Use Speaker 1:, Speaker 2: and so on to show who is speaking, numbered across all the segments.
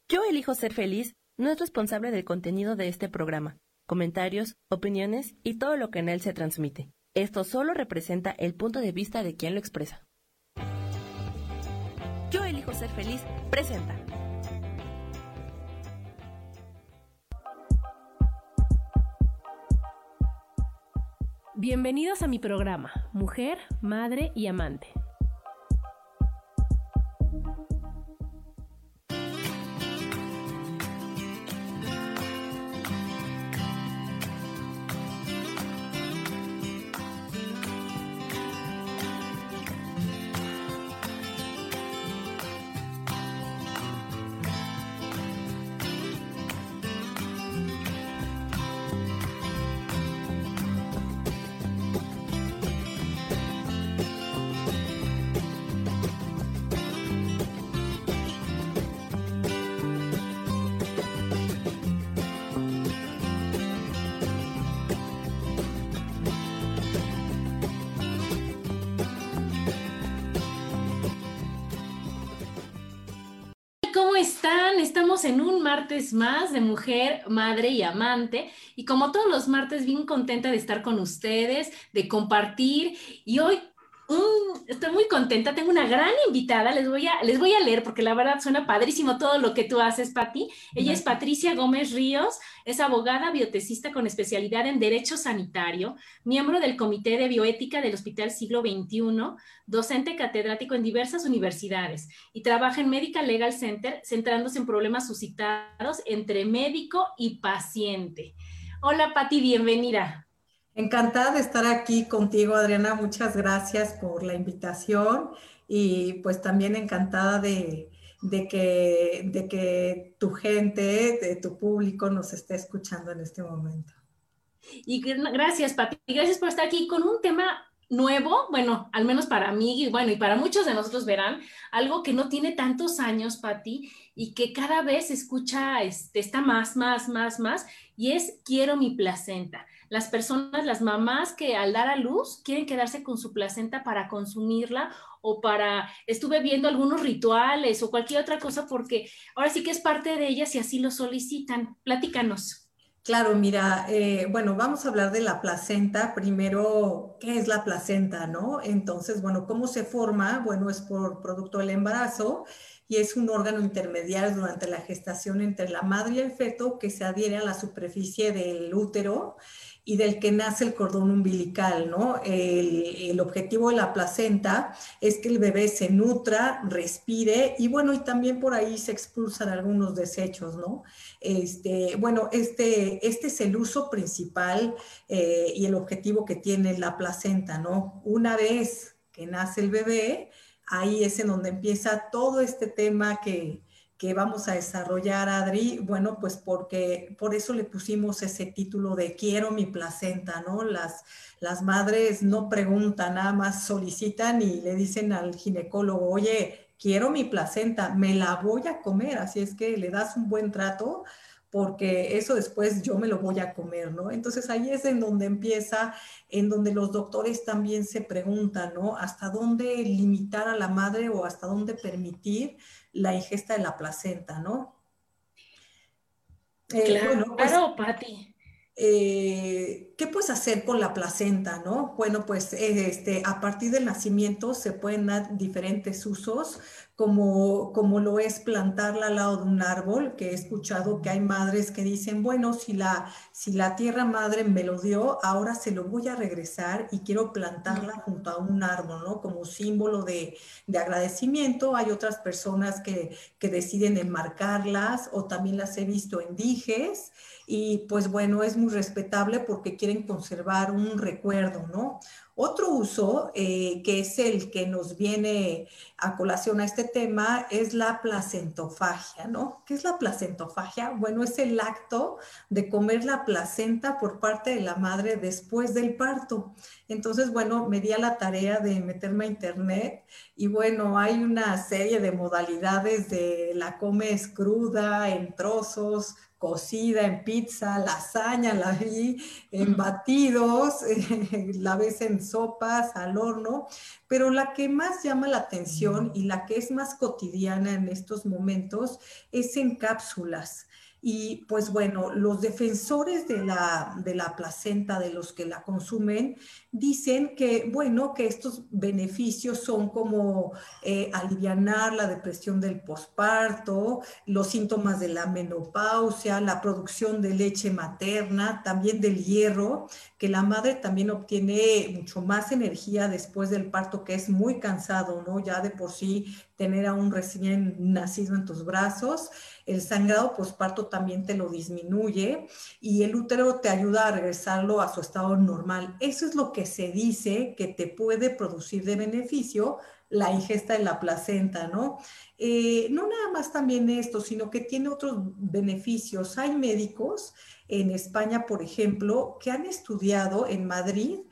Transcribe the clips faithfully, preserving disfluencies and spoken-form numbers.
Speaker 1: Yo elijo ser feliz no es responsable del contenido de este programa, comentarios, opiniones y todo lo que en él se transmite. Esto solo representa el punto de vista de quien lo expresa. Yo elijo ser feliz presenta.
Speaker 2: Bienvenidos a mi programa, Mujer, Madre y Amante. ¿Cómo están? Estamos en un martes más de Mujer, Madre y Amante, y como todos los martes, bien contenta de estar con ustedes, de compartir, y hoy um, estoy muy contenta, tengo una gran invitada, les voy, a, les voy a leer porque la verdad suena padrísimo todo lo que tú haces, Pati. Ella es Patricia Gómez Ríos, es abogada biotecista con especialidad en Derecho Sanitario, miembro del Comité de Bioética del Hospital Siglo veintiuno, docente catedrático en diversas universidades y trabaja en Medical Legal Center centrándose en problemas suscitados entre médico y paciente. Hola, Pati, bienvenida.
Speaker 3: Encantada de estar aquí contigo, Adriana. Muchas gracias por la invitación y pues también encantada de, de, que, de que tu gente, de tu público nos esté escuchando en este momento.
Speaker 2: Y gracias, Pati. Gracias por estar aquí con un tema nuevo, bueno, al menos para mí, y bueno, y para muchos de nosotros verán, algo que no tiene tantos años, Pati, y que cada vez se escucha, este, está más, más, más, más, y es quiero mi placenta. Las personas, las mamás que al dar a luz quieren quedarse con su placenta para consumirla o para, estuve viendo algunos rituales o cualquier otra cosa porque ahora sí que es parte de ellas y así lo solicitan. Platícanos.
Speaker 3: Claro, mira, eh, bueno, vamos a hablar de la placenta. Primero, ¿qué es la placenta, no? Entonces, bueno, ¿cómo se forma? Bueno, es por producto del embarazo y es un órgano intermediario durante la gestación entre la madre y el feto que se adhiere a la superficie del útero y del que nace el cordón umbilical, ¿no? El, el objetivo de la placenta es que el bebé se nutra, respire y bueno, y también por ahí se expulsan algunos desechos, ¿no? Este, bueno, este, este es el uso principal eh, y el objetivo que tiene la placenta, ¿no? Una vez que nace el bebé, ahí es en donde empieza todo este tema que, que vamos a desarrollar, Adri. Bueno, pues porque por eso le pusimos ese título de quiero mi placenta, ¿no? Las, las madres no preguntan, nada más solicitan y le dicen al ginecólogo, oye, quiero mi placenta, me la voy a comer, así es que le das un buen trato porque eso después yo me lo voy a comer, ¿no? Entonces ahí es en donde empieza, en donde los doctores también se preguntan, ¿no? ¿Hasta dónde limitar a la madre o hasta dónde permitir la ingesta de la placenta, ¿no? Eh,
Speaker 2: Claro,
Speaker 3: bueno, pues
Speaker 2: Pati.
Speaker 3: Eh, ¿qué puedes hacer con la placenta, no? Bueno, pues eh, este, a partir del nacimiento se pueden dar diferentes usos, como, como lo es plantarla al lado de un árbol, que he escuchado que hay madres que dicen, bueno, si la, si la tierra madre me lo dio, ahora se lo voy a regresar y quiero plantarla junto a un árbol, ¿no? Como símbolo de, de agradecimiento. Hay otras personas que, que deciden enmarcarlas o también las he visto en dijes. Y pues bueno, es muy respetable porque quieren conservar un recuerdo, ¿no? Otro uso, eh, que es el que nos viene a colación a este tema, es la placentofagia, ¿no? ¿Qué es la placentofagia? Bueno, es el acto de comer la placenta por parte de la madre después del parto. Entonces, bueno, me di a la tarea de meterme a internet y bueno, hay una serie de modalidades de la comes cruda, en trozos, cocida en pizza, lasaña, la vi en batidos, eh, la ves en sopas, al horno, pero la que más llama la atención y la que es más cotidiana en estos momentos es en cápsulas. Y pues bueno, los defensores de la, de la placenta, de los que la consumen, dicen que, bueno, que estos beneficios son como eh, alivianar la depresión del posparto, los síntomas de la menopausia, la producción de leche materna, también del hierro, que la madre también obtiene mucho más energía después del parto, que es muy cansado, ¿no? Ya de por sí tener a un recién nacido en tus brazos. El sangrado posparto también te lo disminuye y el útero te ayuda a regresarlo a su estado normal. Eso es lo que se dice que te puede producir de beneficio la ingesta de la placenta, ¿no? Eh, no nada más también esto, sino que tiene otros beneficios. Hay médicos en España, por ejemplo, que han estudiado en Madrid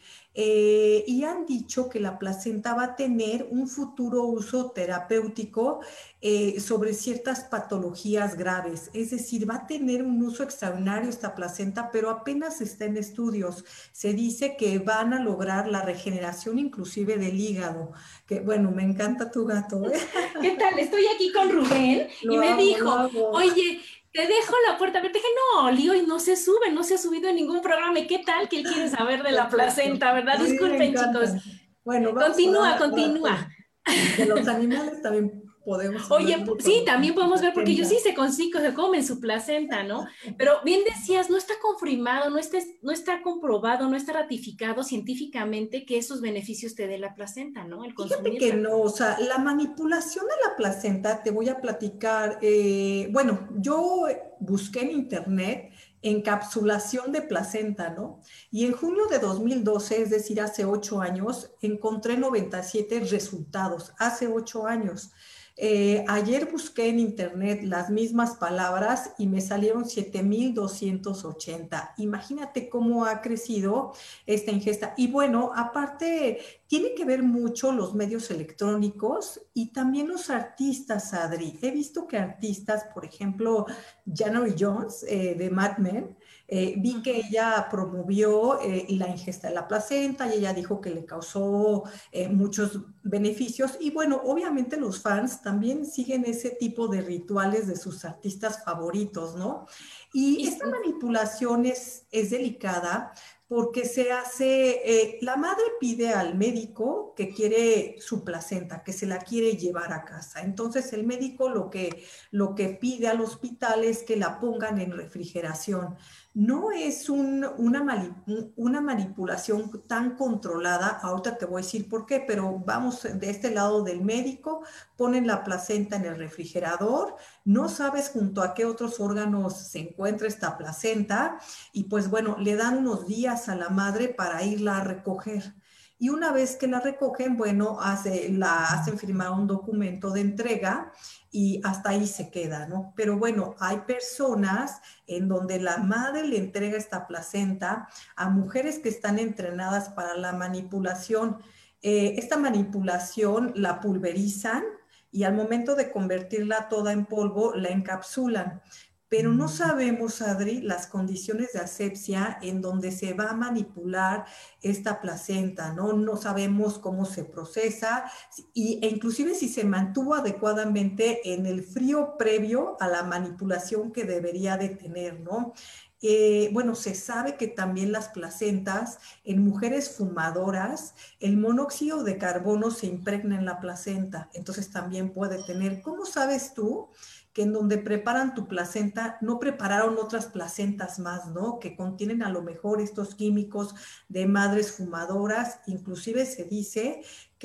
Speaker 3: eh, y han dicho que la placenta va a tener un futuro uso terapéutico eh, sobre ciertas patologías graves. Es decir, va a tener un uso extraordinario esta placenta, pero apenas está en estudios. Se dice que van a lograr la regeneración inclusive del hígado, que bueno, me encanta tu gato, ¿eh?
Speaker 2: ¿Qué tal? Estoy aquí con Rubén y
Speaker 3: Lo
Speaker 2: me
Speaker 3: amo, lo
Speaker 2: dijo,
Speaker 3: amo.
Speaker 2: oye, te dejo la puerta abierta. Dije, no, Lío, y no se sube, no se ha subido en ningún programa. ¿Y qué tal que él quiere saber de la
Speaker 3: Perfecto.
Speaker 2: placenta, verdad?
Speaker 3: A mí me
Speaker 2: Disculpen, chicos.
Speaker 3: encantan. Bueno, vamos a
Speaker 2: Continúa,
Speaker 3: hablar ahora,
Speaker 2: continúa.
Speaker 3: bueno, de los animales también podemos hablar
Speaker 2: Oye,
Speaker 3: de
Speaker 2: sí,
Speaker 3: cuando
Speaker 2: también podemos ver, porque ellos sí
Speaker 3: placenta.
Speaker 2: se consigo, se comen su placenta, ¿no? Pero bien decías, no está confirmado, no está, no está comprobado, no está ratificado científicamente que esos beneficios te dé la placenta, ¿no? El
Speaker 3: Fíjate que
Speaker 2: consumirla.
Speaker 3: no, o sea, la manipulación de la placenta, te voy a platicar, eh, bueno, yo busqué en internet encapsulación de placenta, ¿no? Y en junio de dos mil doce, es decir, hace ocho años, encontré noventa y siete resultados, hace ocho años. Eh, ayer busqué en internet las mismas palabras y me salieron siete mil doscientos ochenta. Imagínate cómo ha crecido esta ingesta. Y bueno, aparte tiene que ver mucho los medios electrónicos y también los artistas, Adri. He visto que artistas, por ejemplo, January Jones eh, de Mad Men, eh, vi que ella promovió eh, la ingesta de la placenta y ella dijo que le causó eh, muchos beneficios. Y bueno, obviamente los fans también siguen ese tipo de rituales de sus artistas favoritos, ¿no? Y
Speaker 2: Y,
Speaker 3: esta manipulación es, es delicada porque se hace, eh, la madre pide al médico que quiere su placenta, que se la quiere llevar a casa. Entonces el médico lo que, lo que pide al hospital es que la pongan en refrigeración. No es un, una, mani una manipulación tan controlada, ahorita te voy a decir por qué, pero vamos de este lado del médico, ponen la placenta en el refrigerador, no sabes junto a qué otros órganos se encuentra esta placenta y pues bueno, le dan unos días a la madre para irla a recoger. Y una vez que la recogen, bueno, hace, la hacen firmar un documento de entrega y hasta ahí se queda, ¿no? Pero bueno, hay personas en donde la madre le entrega esta placenta a mujeres que están entrenadas para la manipulación. Eh, esta manipulación la pulverizan y al momento de convertirla toda en polvo, la encapsulan. Pero no sabemos, Adri, las condiciones de asepsia en donde se va a manipular esta placenta, ¿no? No sabemos cómo se procesa y, e inclusive si se mantuvo adecuadamente en el frío previo a la manipulación que debería de tener, ¿no? Eh, bueno, se sabe que también las placentas en mujeres fumadoras, el monóxido de carbono se impregna en la placenta, entonces también puede tener. ¿Cómo sabes tú que en donde preparan tu placenta no prepararon otras placentas más, ¿no? Que contienen a lo mejor estos químicos de madres fumadoras, inclusive se dice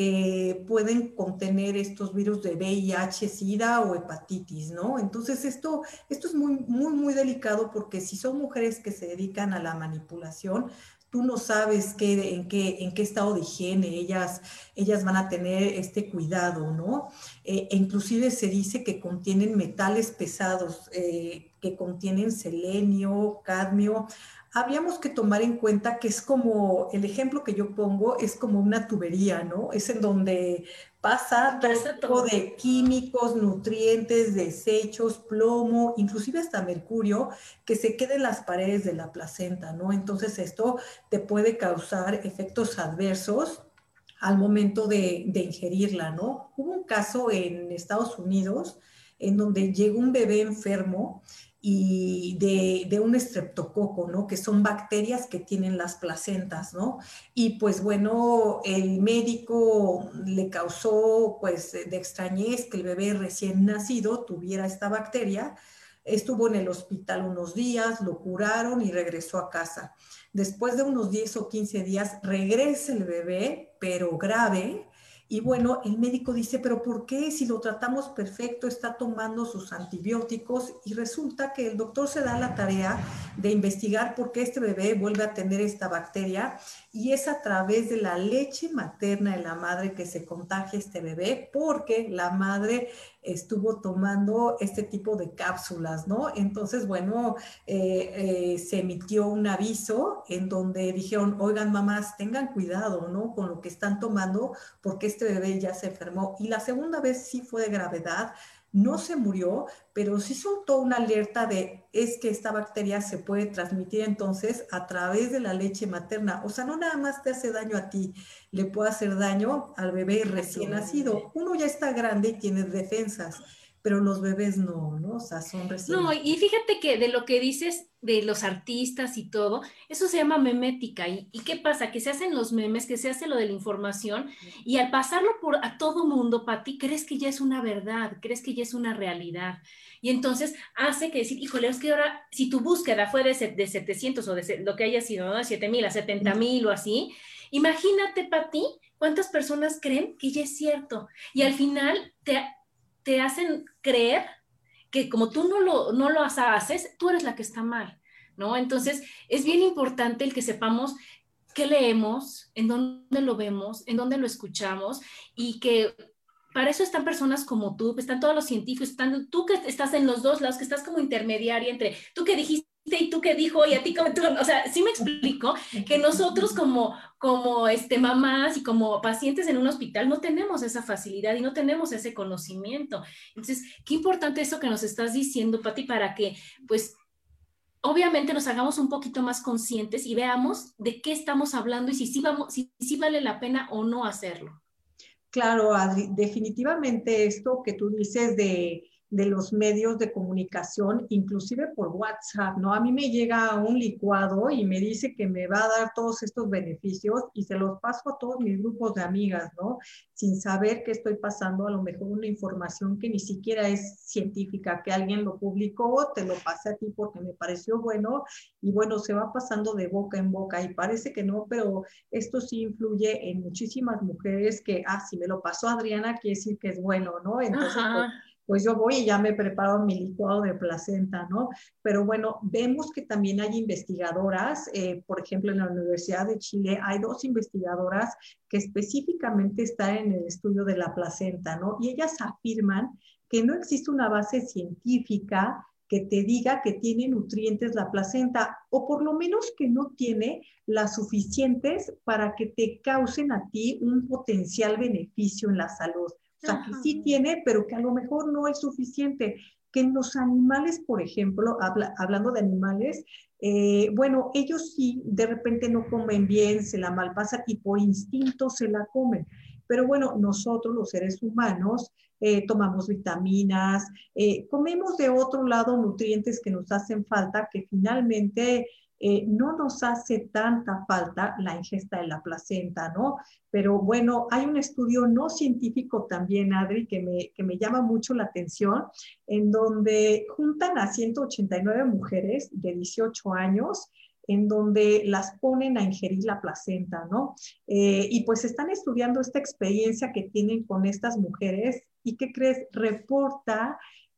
Speaker 3: que pueden contener estos virus de V I H, SIDA o hepatitis, ¿no? Entonces esto, esto es muy, muy, muy delicado porque si son mujeres que se dedican a la manipulación, tú no sabes qué, en, qué, en qué estado de higiene ellas, ellas van a tener este cuidado, ¿no? eh, e inclusive se dice que contienen metales pesados, eh, que contienen selenio, cadmio. Habríamos que tomar en cuenta que es como, el ejemplo que yo pongo es como una tubería, ¿no? Es en donde pasa todo
Speaker 2: Pasa
Speaker 3: tipo
Speaker 2: todo.
Speaker 3: de químicos, nutrientes, desechos, plomo, inclusive hasta mercurio, que se queda en las paredes de la placenta, ¿no? Entonces esto te puede causar efectos adversos al momento de, de ingerirla, ¿no? Hubo un caso en Estados Unidos en donde llegó un bebé enfermo y de, de un estreptococo, ¿no? Que son bacterias que tienen las placentas, ¿no? Y pues bueno, el médico le causó pues de extrañez que el bebé recién nacido tuviera esta bacteria. Estuvo en el hospital unos días, lo curaron y regresó a casa. Después de unos diez o quince días regresa el bebé, pero grave. Y bueno, el médico dice, pero ¿por qué? Si lo tratamos perfecto, está tomando sus antibióticos, y resulta que el doctor se da la tarea de investigar por qué este bebé vuelve a tener esta bacteria, y es a través de la leche materna de la madre que se contagia este bebé, porque la madre estuvo tomando este tipo de cápsulas, ¿no? Entonces, bueno, eh, eh, se emitió un aviso en donde dijeron, oigan, mamás, tengan cuidado, ¿no? Con lo que están tomando, porque este bebé ya se enfermó. Y la segunda vez sí fue de gravedad, no se murió, pero sí soltó una alerta de, es que esta bacteria se puede transmitir entonces a través de la leche materna. O sea, no nada más te hace daño a ti, le puede hacer daño al bebé recién nacido. Uno ya está grande y tiene defensas, pero los bebés no, ¿no? O sea, son recién
Speaker 2: No,
Speaker 3: nacidos.
Speaker 2: y fíjate que de lo que dices de los artistas y todo, eso se llama memética. ¿Y, y qué pasa? Que se hacen los memes, que se hace lo de la información, y al pasarlo por a todo mundo, Pati, crees que ya es una verdad, crees que ya es una realidad. Y entonces hace que decir, híjole, es que ahora, si tu búsqueda fue de, de setecientos o de lo que haya sido, ¿no? De siete mil a setenta mil o así, imagínate, Pati, cuántas personas creen que ya es cierto. Y al final te, te hacen creer que como tú no lo, no lo haces, tú eres la que está mal, ¿no? Entonces, es bien importante el que sepamos qué leemos, en dónde lo vemos, en dónde lo escuchamos, y que para eso están personas como tú, están todos los científicos, están, tú que estás en los dos lados, que estás como intermediaria entre tú que dijiste y tú que dijo, y a ti como tú, o sea, sí me explico, que nosotros como, como este, mamás y como pacientes en un hospital no tenemos esa facilidad y no tenemos ese conocimiento. Entonces, qué importante eso que nos estás diciendo, Pati, para que, pues, obviamente nos hagamos un poquito más conscientes y veamos de qué estamos hablando y si sí, vamos, si, si vale la pena o no hacerlo.
Speaker 3: Claro, Adri, definitivamente esto que tú dices de, de los medios de comunicación, inclusive por WhatsApp, ¿no? A mí me llega un licuado y me dice que me va a dar todos estos beneficios y se los paso a todos mis grupos de amigas, ¿no? Sin saber que estoy pasando a lo mejor una información que ni siquiera es científica, que alguien lo publicó, te lo pasé a ti porque me pareció bueno, y bueno, se va pasando de boca en boca y parece que no, pero esto sí influye en muchísimas mujeres que, ah, si me lo pasó Adriana, quiere decir que es bueno, ¿no? Entonces, pues, pues yo voy y ya me preparo mi licuado de placenta, ¿no? Pero bueno, vemos que también hay investigadoras, eh, por ejemplo, en la Universidad de Chile hay dos investigadoras que específicamente están en el estudio de la placenta, ¿no? Y ellas afirman que no existe una base científica que te diga que tiene nutrientes la placenta, o por lo menos que no tiene las suficientes para que te causen a ti un potencial beneficio en la salud. O sea, que sí tiene, pero que a lo mejor no es suficiente. Que en los animales, por ejemplo, habla, hablando de animales, eh, bueno, ellos sí de repente no comen bien, se la malpasan y por instinto se la comen. Pero bueno, nosotros los seres humanos eh, tomamos vitaminas, eh, comemos de otro lado nutrientes que nos hacen falta, que finalmente eh, no nos hace tanta falta la ingesta de la placenta, ¿no? Pero bueno, hay un estudio no científico también, Adri, que me, que me llama mucho la atención, en donde juntan a ciento ochenta y nueve mujeres de dieciocho años, en donde las ponen a ingerir la placenta, ¿no? Eh, y pues están estudiando esta experiencia que tienen con estas mujeres, y ¿qué crees? Reporta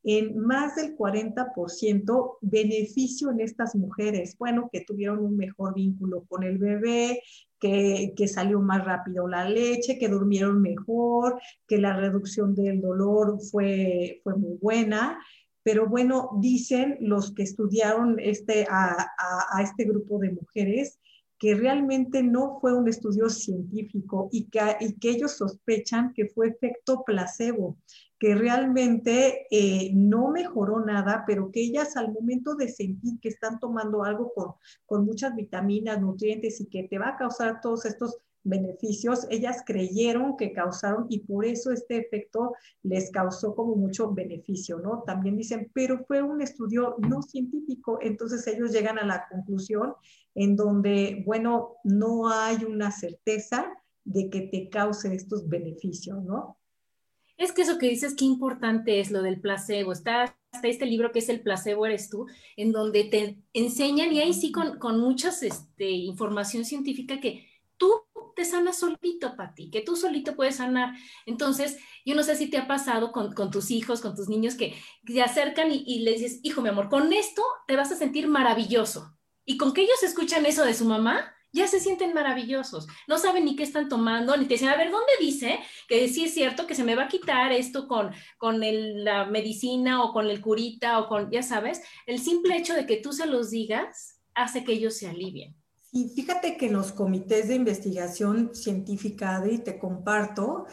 Speaker 3: en más del cuarenta por ciento beneficio en estas mujeres, bueno, que tuvieron un mejor vínculo con el bebé, que, que salió más rápido la leche, que durmieron mejor, que la reducción del dolor fue, fue muy buena. Pero bueno, dicen los que estudiaron este, a, a, a este grupo de mujeres que realmente no fue un estudio científico y que, y que ellos sospechan que fue efecto placebo, que realmente eh, no mejoró nada, pero que ellas al momento de sentir que están tomando algo con, con muchas vitaminas, nutrientes y que te va a causar todos estos beneficios, ellas creyeron que causaron y por eso este efecto les causó como mucho beneficio, ¿no? También dicen, pero fue un estudio no científico, entonces ellos llegan a la conclusión en donde, bueno, no hay una certeza de que te cause estos beneficios, ¿no?
Speaker 2: Es que eso que dices, qué importante es lo del placebo. Está hasta este libro que es El placebo eres tú, en donde te enseñan, y ahí sí con, con muchas este, información científica, que tú te sanas solito, Pati, que tú solito puedes sanar. Entonces, yo no sé si te ha pasado con, con tus hijos, con tus niños, que te acercan y, y les dices, hijo, mi amor, con esto te vas a sentir maravilloso. Y con que ellos escuchan eso de su mamá, ya se sienten maravillosos. No saben ni qué están tomando, ni te dicen, a ver, ¿dónde dice que sí es cierto que se me va a quitar esto con, con el, la medicina o con el curita o con, ya sabes? El simple hecho de que tú se los digas hace que ellos se alivien.
Speaker 3: Y fíjate que en los comités de investigación científica, Adri, te comparto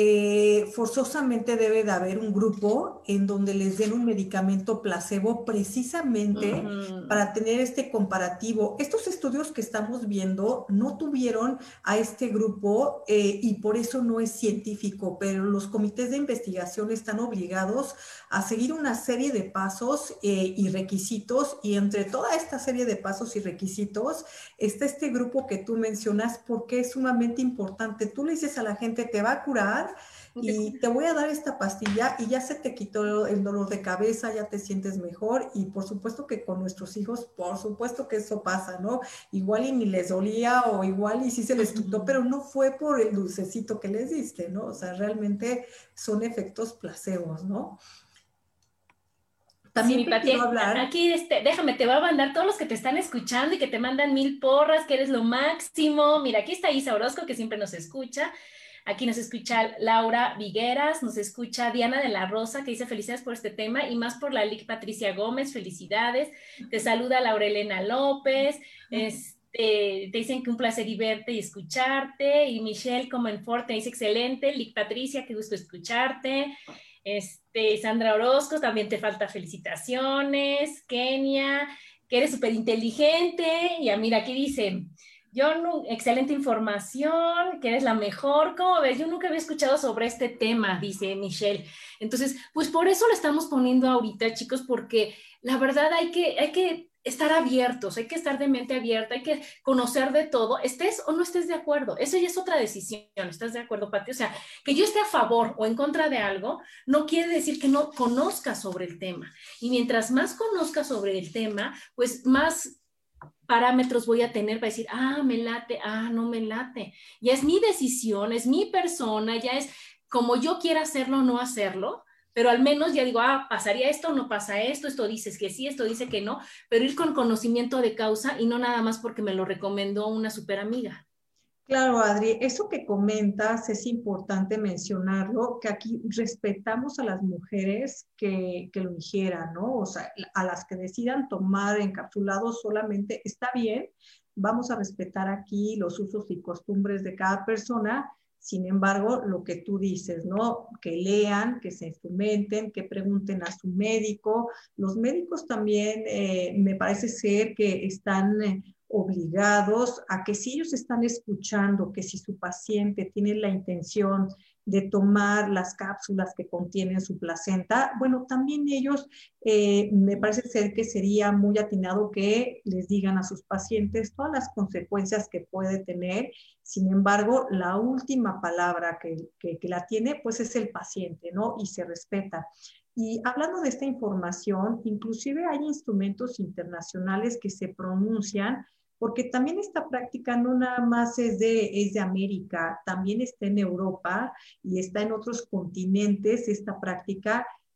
Speaker 3: que forzosamente debe de haber un grupo en donde les den un medicamento placebo precisamente uh-huh. para tener este comparativo. Estos estudios que estamos viendo no tuvieron a este grupo eh, y por eso no es científico, pero los comités de investigación están obligados a seguir una serie de pasos eh, y requisitos, y entre toda esta serie de pasos y requisitos está este grupo que tú mencionas porque es sumamente importante. Tú le dices a la gente, te va a curar y te voy a dar esta pastilla y ya se te quitó el dolor de cabeza, ya te sientes mejor. Y por supuesto que con nuestros hijos, por supuesto que eso pasa, ¿no? Igual y ni les dolía o igual y sí se les quitó, pero no fue por el dulcecito que les diste, ¿no? O sea, realmente son efectos placebos, ¿no?
Speaker 2: También sí, te quiero hablar. Aquí, este, déjame, te voy a mandar todos los que te están escuchando y que te mandan mil porras, que eres lo máximo. Mira, aquí está Isa Orozco, que siempre nos escucha. Aquí nos escucha Laura Vigueras, nos escucha Diana de la Rosa, que dice felicidades por este tema y más por la Lic Patricia Gómez, felicidades. Te saluda Laura Elena López. Este, te dicen que un placer y verte y escucharte. Y Michelle Comenfort te dice excelente. Lic Patricia, qué gusto escucharte. Este, Sandra Orozco, también te falta felicitaciones. Kenia, que eres súper inteligente. Y mira, aquí dice, yo, no, excelente información, que eres la mejor. ¿Cómo ves? Yo nunca había escuchado sobre este tema, dice Michelle. Entonces, pues por eso lo estamos poniendo ahorita, chicos, porque la verdad hay que, hay que estar abiertos, hay que estar de mente abierta, hay que conocer de todo, estés o no estés de acuerdo. Eso ya es otra decisión. ¿Estás de acuerdo, Pati? O sea, que yo esté a favor o en contra de algo no quiere decir que no conozca sobre el tema. Y mientras más conozca sobre el tema, pues más parámetros voy a tener para decir, ah, me late, ah, no me late. Ya es mi decisión, es mi persona, ya es como yo quiera hacerlo o no hacerlo, pero al menos ya digo, ah, pasaría esto, no pasa esto, esto dices que sí, esto dice que no, pero ir con conocimiento de causa y no nada más porque me lo recomendó una súper amiga.
Speaker 3: Claro, Adri, eso que comentas es importante mencionarlo, que aquí respetamos a las mujeres que, que lo ingieran, ¿no? O sea, a las que decidan tomar encapsulados solamente está bien, vamos a respetar aquí los usos y costumbres de cada persona. Sin embargo, lo que tú dices, ¿no? Que lean, que se instrumenten, que pregunten a su médico. Los médicos también eh, me parece ser que están eh, obligados a que si ellos están escuchando que si su paciente tiene la intención de tomar las cápsulas que contienen su placenta, bueno, también ellos eh, me parece ser que sería muy atinado que les digan a sus pacientes todas las consecuencias que puede tener. Sin embargo, la última palabra que, que, que la tiene, pues es el paciente, ¿no? Y se respeta. Y hablando de esta información, inclusive hay instrumentos internacionales que se pronuncian, porque también esta práctica no nada más es de, es de América, también está en Europa y está en otros continentes esta práctica,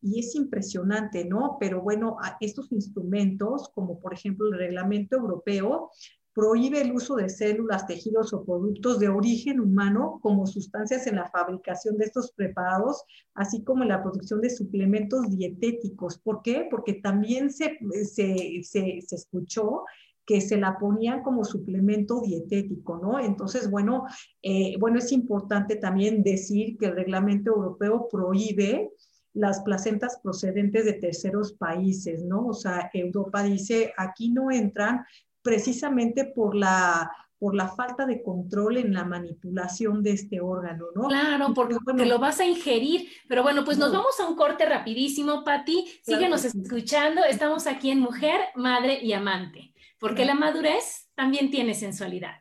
Speaker 3: y es impresionante, ¿no? Pero bueno, estos instrumentos, como por ejemplo el reglamento europeo, prohíbe el uso de células, tejidos o productos de origen humano como sustancias en la fabricación de estos preparados, así como en la producción de suplementos dietéticos. ¿Por qué? Porque también se, se, se, se escuchó que se la ponían como suplemento dietético, ¿no? Entonces, bueno, eh, bueno, es importante también decir que el reglamento europeo prohíbe las placentas procedentes de terceros países, ¿no? O sea, Europa dice, aquí no entran precisamente por la, por la falta de control en la manipulación de este órgano, ¿no?
Speaker 2: Claro, porque
Speaker 3: pues, bueno,
Speaker 2: lo vas a ingerir. Pero bueno, pues
Speaker 3: no,
Speaker 2: nos vamos a un corte rapidísimo, Pati. Síguenos
Speaker 3: claro,
Speaker 2: escuchando. Estamos aquí en Mujer, Madre y Amante, porque
Speaker 3: claro.
Speaker 2: la madurez también tiene sensualidad.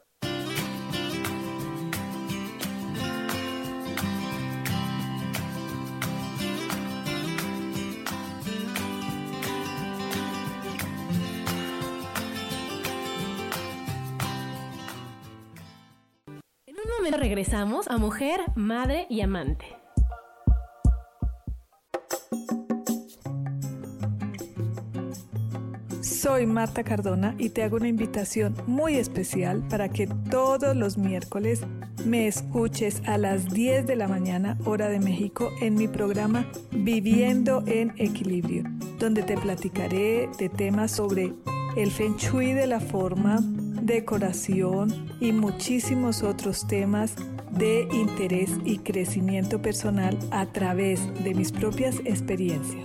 Speaker 1: En un momento regresamos a Mujer, Madre y Amante.
Speaker 4: Soy Marta Cardona y te hago una invitación muy especial para que todos los miércoles me escuches a las diez de la mañana, hora de México, en mi programa Viviendo en Equilibrio, donde te platicaré de temas sobre el Feng Shui de la forma, decoración y muchísimos otros temas de interés y crecimiento personal a través de mis propias experiencias.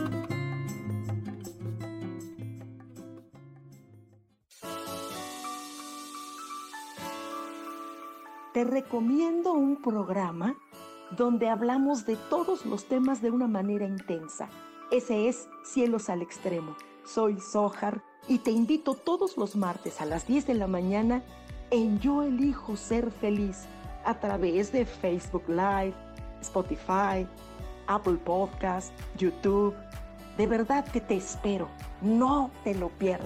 Speaker 5: Te recomiendo un programa donde hablamos de todos los temas de una manera intensa. Ese es Cielos al Extremo. Soy Sohar y te invito todos los martes a las diez de la mañana en Yo Elijo Ser Feliz a través de Facebook Live, Spotify, Apple Podcast, YouTube. De verdad que te espero. No te lo pierdas.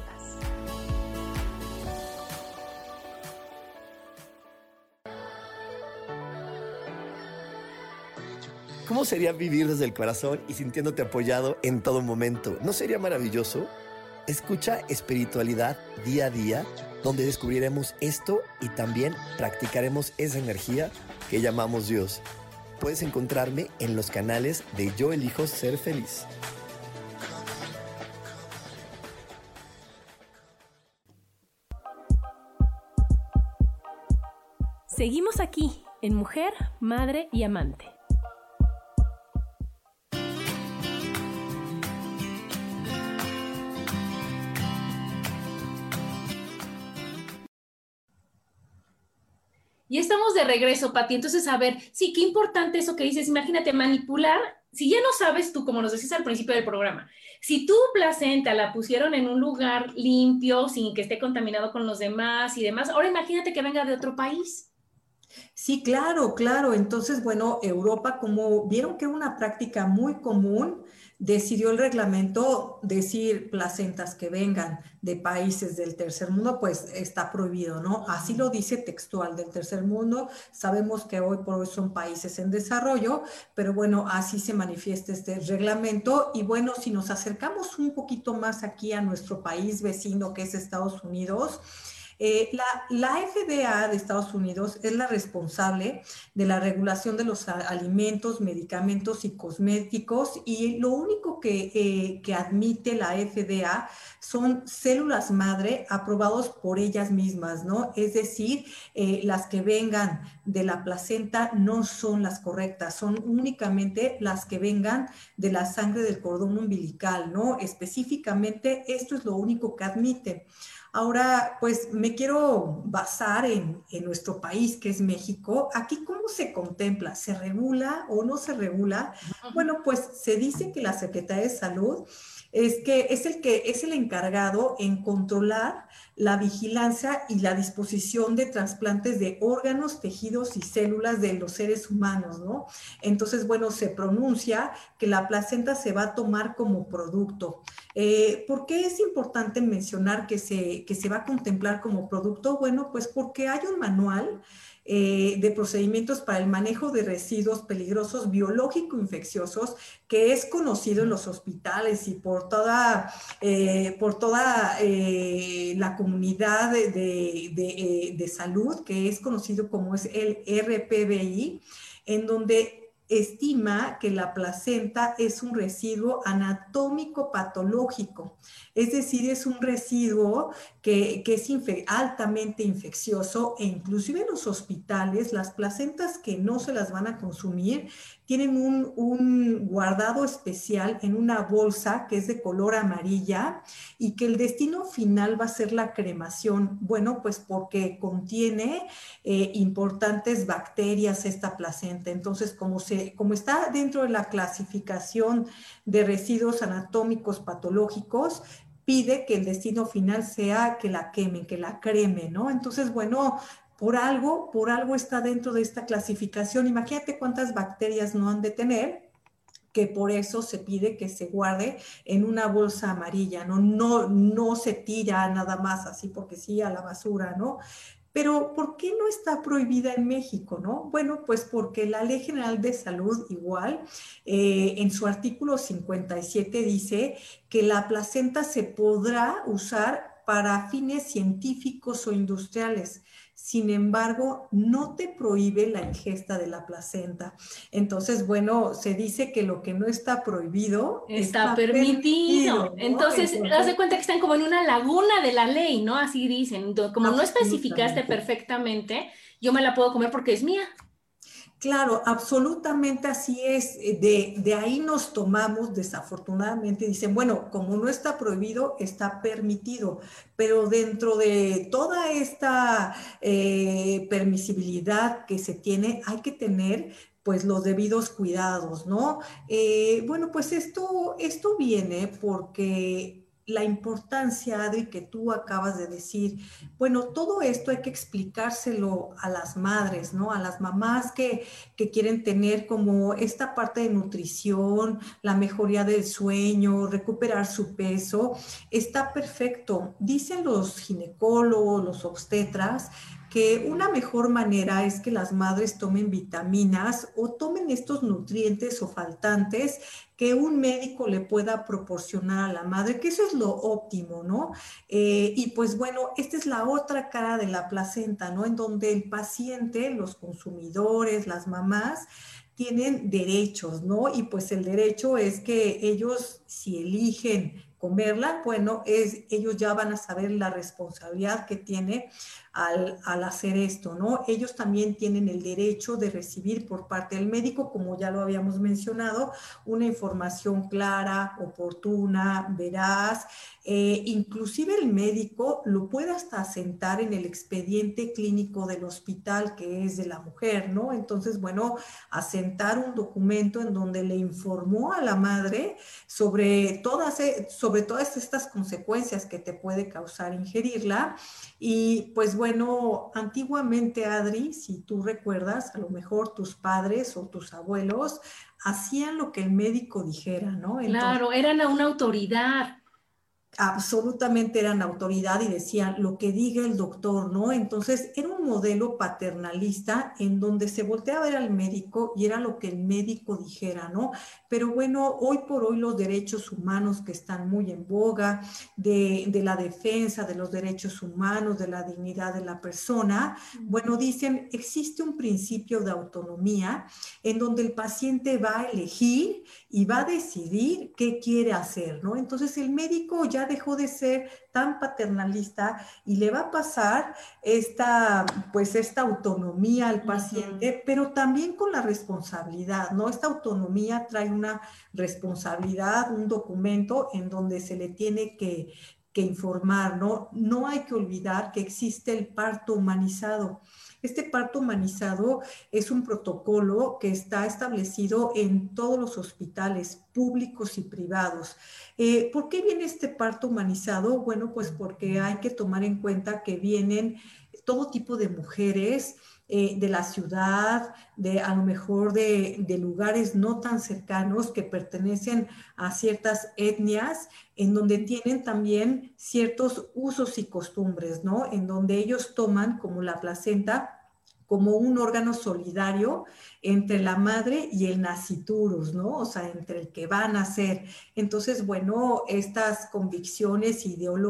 Speaker 6: ¿Cómo sería vivir desde el corazón y sintiéndote apoyado en todo momento? ¿No sería maravilloso? Escucha Espiritualidad Día a Día, donde descubriremos esto y también practicaremos esa energía que llamamos Dios. Puedes encontrarme en los canales de Yo Elijo Ser Feliz.
Speaker 1: Seguimos aquí en Mujer, Madre y Amante.
Speaker 2: Y estamos de regreso, Pati. Entonces, a ver, sí, qué importante eso que dices. Imagínate, manipular, si ya no sabes tú, como nos decías al principio del programa, si tu placenta la pusieron en un lugar limpio, sin que esté contaminado con los demás y demás, ahora imagínate que venga de otro país.
Speaker 3: Sí, claro, claro. Entonces, bueno, Europa, como vieron que era una práctica muy común, decidió el reglamento decir placentas que vengan de países del tercer mundo, pues está prohibido, ¿no? Así lo dice textual del tercer mundo. Sabemos que hoy por hoy son países en desarrollo, pero bueno, así se manifiesta este reglamento. Y bueno, si nos acercamos un poquito más aquí a nuestro país vecino, que es Estados Unidos, Eh, la, la F D A de Estados Unidos es la responsable de la regulación de los alimentos, medicamentos y cosméticos, y lo único que, eh, que admite la F D A son células madre aprobados por ellas mismas, ¿no? Es decir, eh, las que vengan de la placenta no son las correctas, son únicamente las que vengan de la sangre del cordón umbilical, ¿no? Específicamente, esto es lo único que admite. Ahora, pues me quiero basar en, en nuestro país, que es México. Aquí, ¿cómo se contempla? ¿Se regula o no se regula? Bueno, pues se dice que la Secretaría de Salud es, que es, el que es el encargado en controlar la vigilancia y la disposición de trasplantes de órganos, tejidos y células de los seres humanos, ¿no? Entonces, bueno, se pronuncia que la placenta se va a tomar como producto. Eh, ¿Por qué es importante mencionar que se, que se va a contemplar como producto? Bueno, pues porque hay un manual eh, de procedimientos para el manejo de residuos peligrosos biológico-infecciosos que es conocido en los hospitales y por toda, eh, por toda eh, la comunidad de, de, de, eh, de salud, que es conocido como es el R P V I, en donde estima que la placenta es un residuo anatómico patológico, es decir, es un residuo que, que es infe- altamente infeccioso e inclusive en los hospitales las placentas que no se las van a consumir tienen un, un guardado especial en una bolsa que es de color amarilla y que el destino final va a ser la cremación. Bueno, pues porque contiene eh, importantes bacterias esta placenta. Entonces, como, se, como está dentro de la clasificación de residuos anatómicos patológicos, pide que el destino final sea que la quemen, que la cremen, ¿no? Entonces, bueno, por algo, por algo está dentro de esta clasificación. Imagínate cuántas bacterias no han de tener, que por eso se pide que se guarde en una bolsa amarilla, ¿no? No, no se tira nada más así porque sí a la basura, ¿no? Pero ¿por qué no está prohibida en México, no? Bueno, pues porque la Ley General de Salud igual, eh, en su artículo cincuenta y siete dice que la placenta se podrá usar para fines científicos o industriales. Sin embargo, no te prohíbe la ingesta de la placenta. Entonces, bueno, se dice que lo que no está prohibido
Speaker 2: Está,
Speaker 3: está
Speaker 2: permitido.
Speaker 3: permitido, ¿no?
Speaker 2: Entonces,
Speaker 3: Entonces,
Speaker 2: haz de cuenta que están como en una laguna de la ley, ¿no? Así dicen. Como no especificaste
Speaker 3: absolutamente.
Speaker 2: perfectamente, yo me la puedo comer porque es mía.
Speaker 3: Claro, absolutamente así es. De, de ahí nos tomamos, desafortunadamente, dicen, bueno, como no está prohibido, está permitido, pero dentro de toda esta eh, permisibilidad que se tiene, hay que tener pues los debidos cuidados, ¿no? Eh, bueno, pues esto, esto viene porque la importancia, Adri, que tú acabas de decir, bueno, todo esto hay que explicárselo a las madres, ¿no? A las mamás que que quieren tener como esta parte de nutrición, la mejoría del sueño, recuperar su peso, está perfecto. Dicen los ginecólogos, los obstetras, que una mejor manera es que las madres tomen vitaminas o tomen estos nutrientes o faltantes que un médico le pueda proporcionar a la madre, que eso es lo óptimo, ¿no? Eh, y pues bueno, esta es la otra cara de la placenta, ¿no? En donde el paciente, los consumidores, las mamás, tienen derechos, ¿no? Y pues el derecho es que ellos, si eligen comerla, bueno, es, ellos ya van a saber la responsabilidad que tiene al, al hacer esto, ¿no? Ellos también tienen el derecho de recibir por parte del médico, como ya lo habíamos mencionado, una información clara, oportuna, veraz, eh, inclusive el médico lo puede hasta asentar en el expediente clínico del hospital que es de la mujer, ¿no? Entonces, bueno, asentar un documento en donde le informó a la madre sobre todas, sobre todas estas consecuencias que te puede causar ingerirla. Y pues bueno, antiguamente, Adri, si tú recuerdas, a lo mejor tus padres o tus abuelos hacían lo que el médico dijera, ¿no? Entonces,
Speaker 2: Claro, eran a una autoridad.
Speaker 3: absolutamente eran autoridad y decían lo que diga el doctor, ¿no? Entonces era un modelo paternalista en donde se volteaba a ver al médico y era lo que el médico dijera, ¿no? Pero bueno, hoy por hoy los derechos humanos que están muy en boga, de, de la defensa de los derechos humanos, de la dignidad de la persona, bueno, dicen, existe un principio de autonomía en donde el paciente va a elegir y va a decidir qué quiere hacer, ¿no? Entonces el médico ya dejó de ser tan paternalista y le va a pasar esta, pues esta autonomía al paciente, uh-huh. pero también con la responsabilidad, ¿no? Esta autonomía trae una responsabilidad, un documento en donde se le tiene que, que informar, ¿no? No hay que olvidar que existe el parto humanizado. Este parto humanizado es un protocolo que está establecido en todos los hospitales públicos y privados. Eh, ¿Por qué viene este parto humanizado? Bueno, pues porque hay que tomar en cuenta que vienen todo tipo de mujeres eh, de la ciudad, de a lo mejor de, de lugares no tan cercanos que pertenecen a ciertas etnias, en donde tienen también ciertos usos y costumbres, ¿no? En donde ellos toman como la placenta como un órgano solidario entre la madre y el nasciturus, ¿no? O sea, entre el que va a nacer. Entonces, bueno, estas convicciones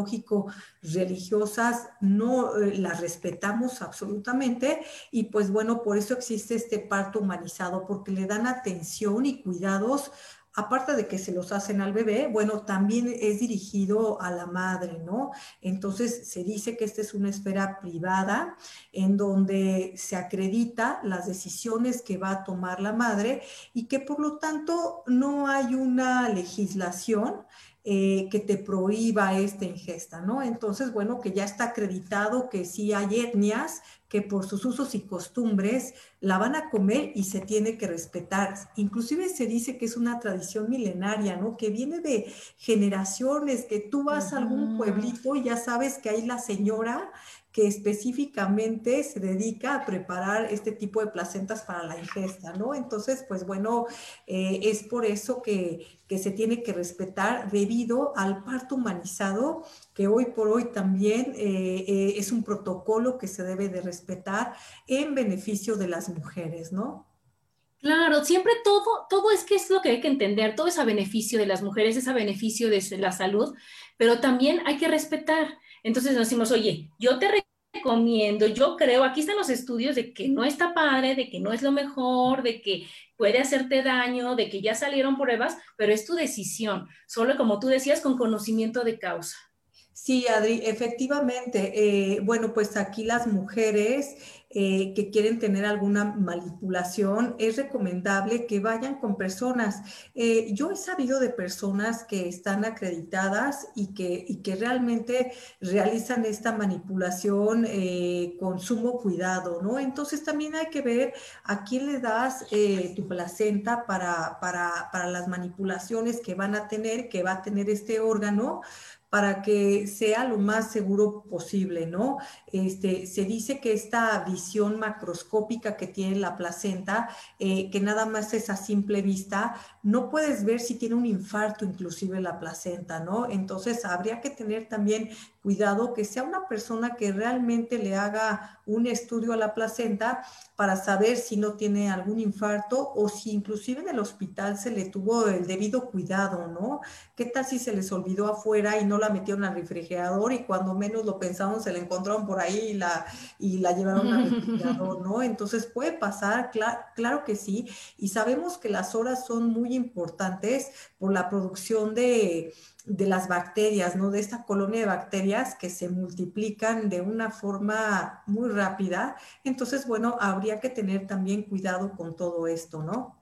Speaker 3: ideológico-religiosas no eh, las respetamos absolutamente y pues bueno, por eso existe este parto humanizado, porque le dan atención y cuidados. Aparte de que se los hacen al bebé, bueno, también es dirigido a la madre, ¿no? Entonces se dice que esta es una esfera privada en donde se acredita las decisiones que va a tomar la madre y que por lo tanto no hay una legislación eh, que te prohíba esta ingesta, ¿no? Entonces, bueno, que ya está acreditado que sí hay etnias que por sus usos y costumbres la van a comer y se tiene que respetar. Inclusive se dice que es una tradición milenaria, ¿no? Que viene de generaciones, que tú vas uh-huh. a algún pueblito y ya sabes que hay la señora que específicamente se dedica a preparar este tipo de placentas para la ingesta, ¿no? Entonces, pues bueno, eh, es por eso que, que se tiene que respetar debido al parto humanizado, que hoy por hoy también eh, eh, es un protocolo que se debe de respetar en beneficio de las mujeres, ¿no?
Speaker 2: Claro, siempre todo, todo es que es lo que hay que entender, todo es a beneficio de las mujeres, es a beneficio de la salud, pero también hay que respetar. Entonces nos decimos, oye, yo te recomiendo, yo creo, aquí están los estudios de que no está padre, de que no es lo mejor, de que puede hacerte daño, de que ya salieron pruebas, pero es tu decisión, solo como tú decías, con conocimiento de causa.
Speaker 3: Sí, Adri, efectivamente. Eh, bueno, pues aquí las mujeres eh, que quieren tener alguna manipulación, es recomendable que vayan con personas. Eh, yo he sabido de personas que están acreditadas y que, y que realmente realizan esta manipulación eh, con sumo cuidado, ¿no? Entonces también hay que ver a quién le das eh, tu placenta para, para, para las manipulaciones que van a tener, que va a tener este órgano, para que sea lo más seguro posible, ¿no? Este, se dice que esta visión macroscópica que tiene la placenta, eh, que nada más es a simple vista, no puedes ver si tiene un infarto inclusive la placenta, ¿no? Entonces habría que tener también cuidado que sea una persona que realmente le haga un estudio a la placenta para saber si no tiene algún infarto o si inclusive en el hospital se le tuvo el debido cuidado, ¿no? ¿Qué tal si se les olvidó afuera y no la metieron al refrigerador y cuando menos lo pensaron se la encontraron por ahí y la, y la llevaron al refrigerador, ¿no? Entonces puede pasar, claro, claro que sí, y sabemos que las horas son muy importantes por la producción de, de las bacterias, ¿no? De esta colonia de bacterias que se multiplican de una forma muy rápida. Entonces, bueno, habría que tener también cuidado con todo esto, ¿no?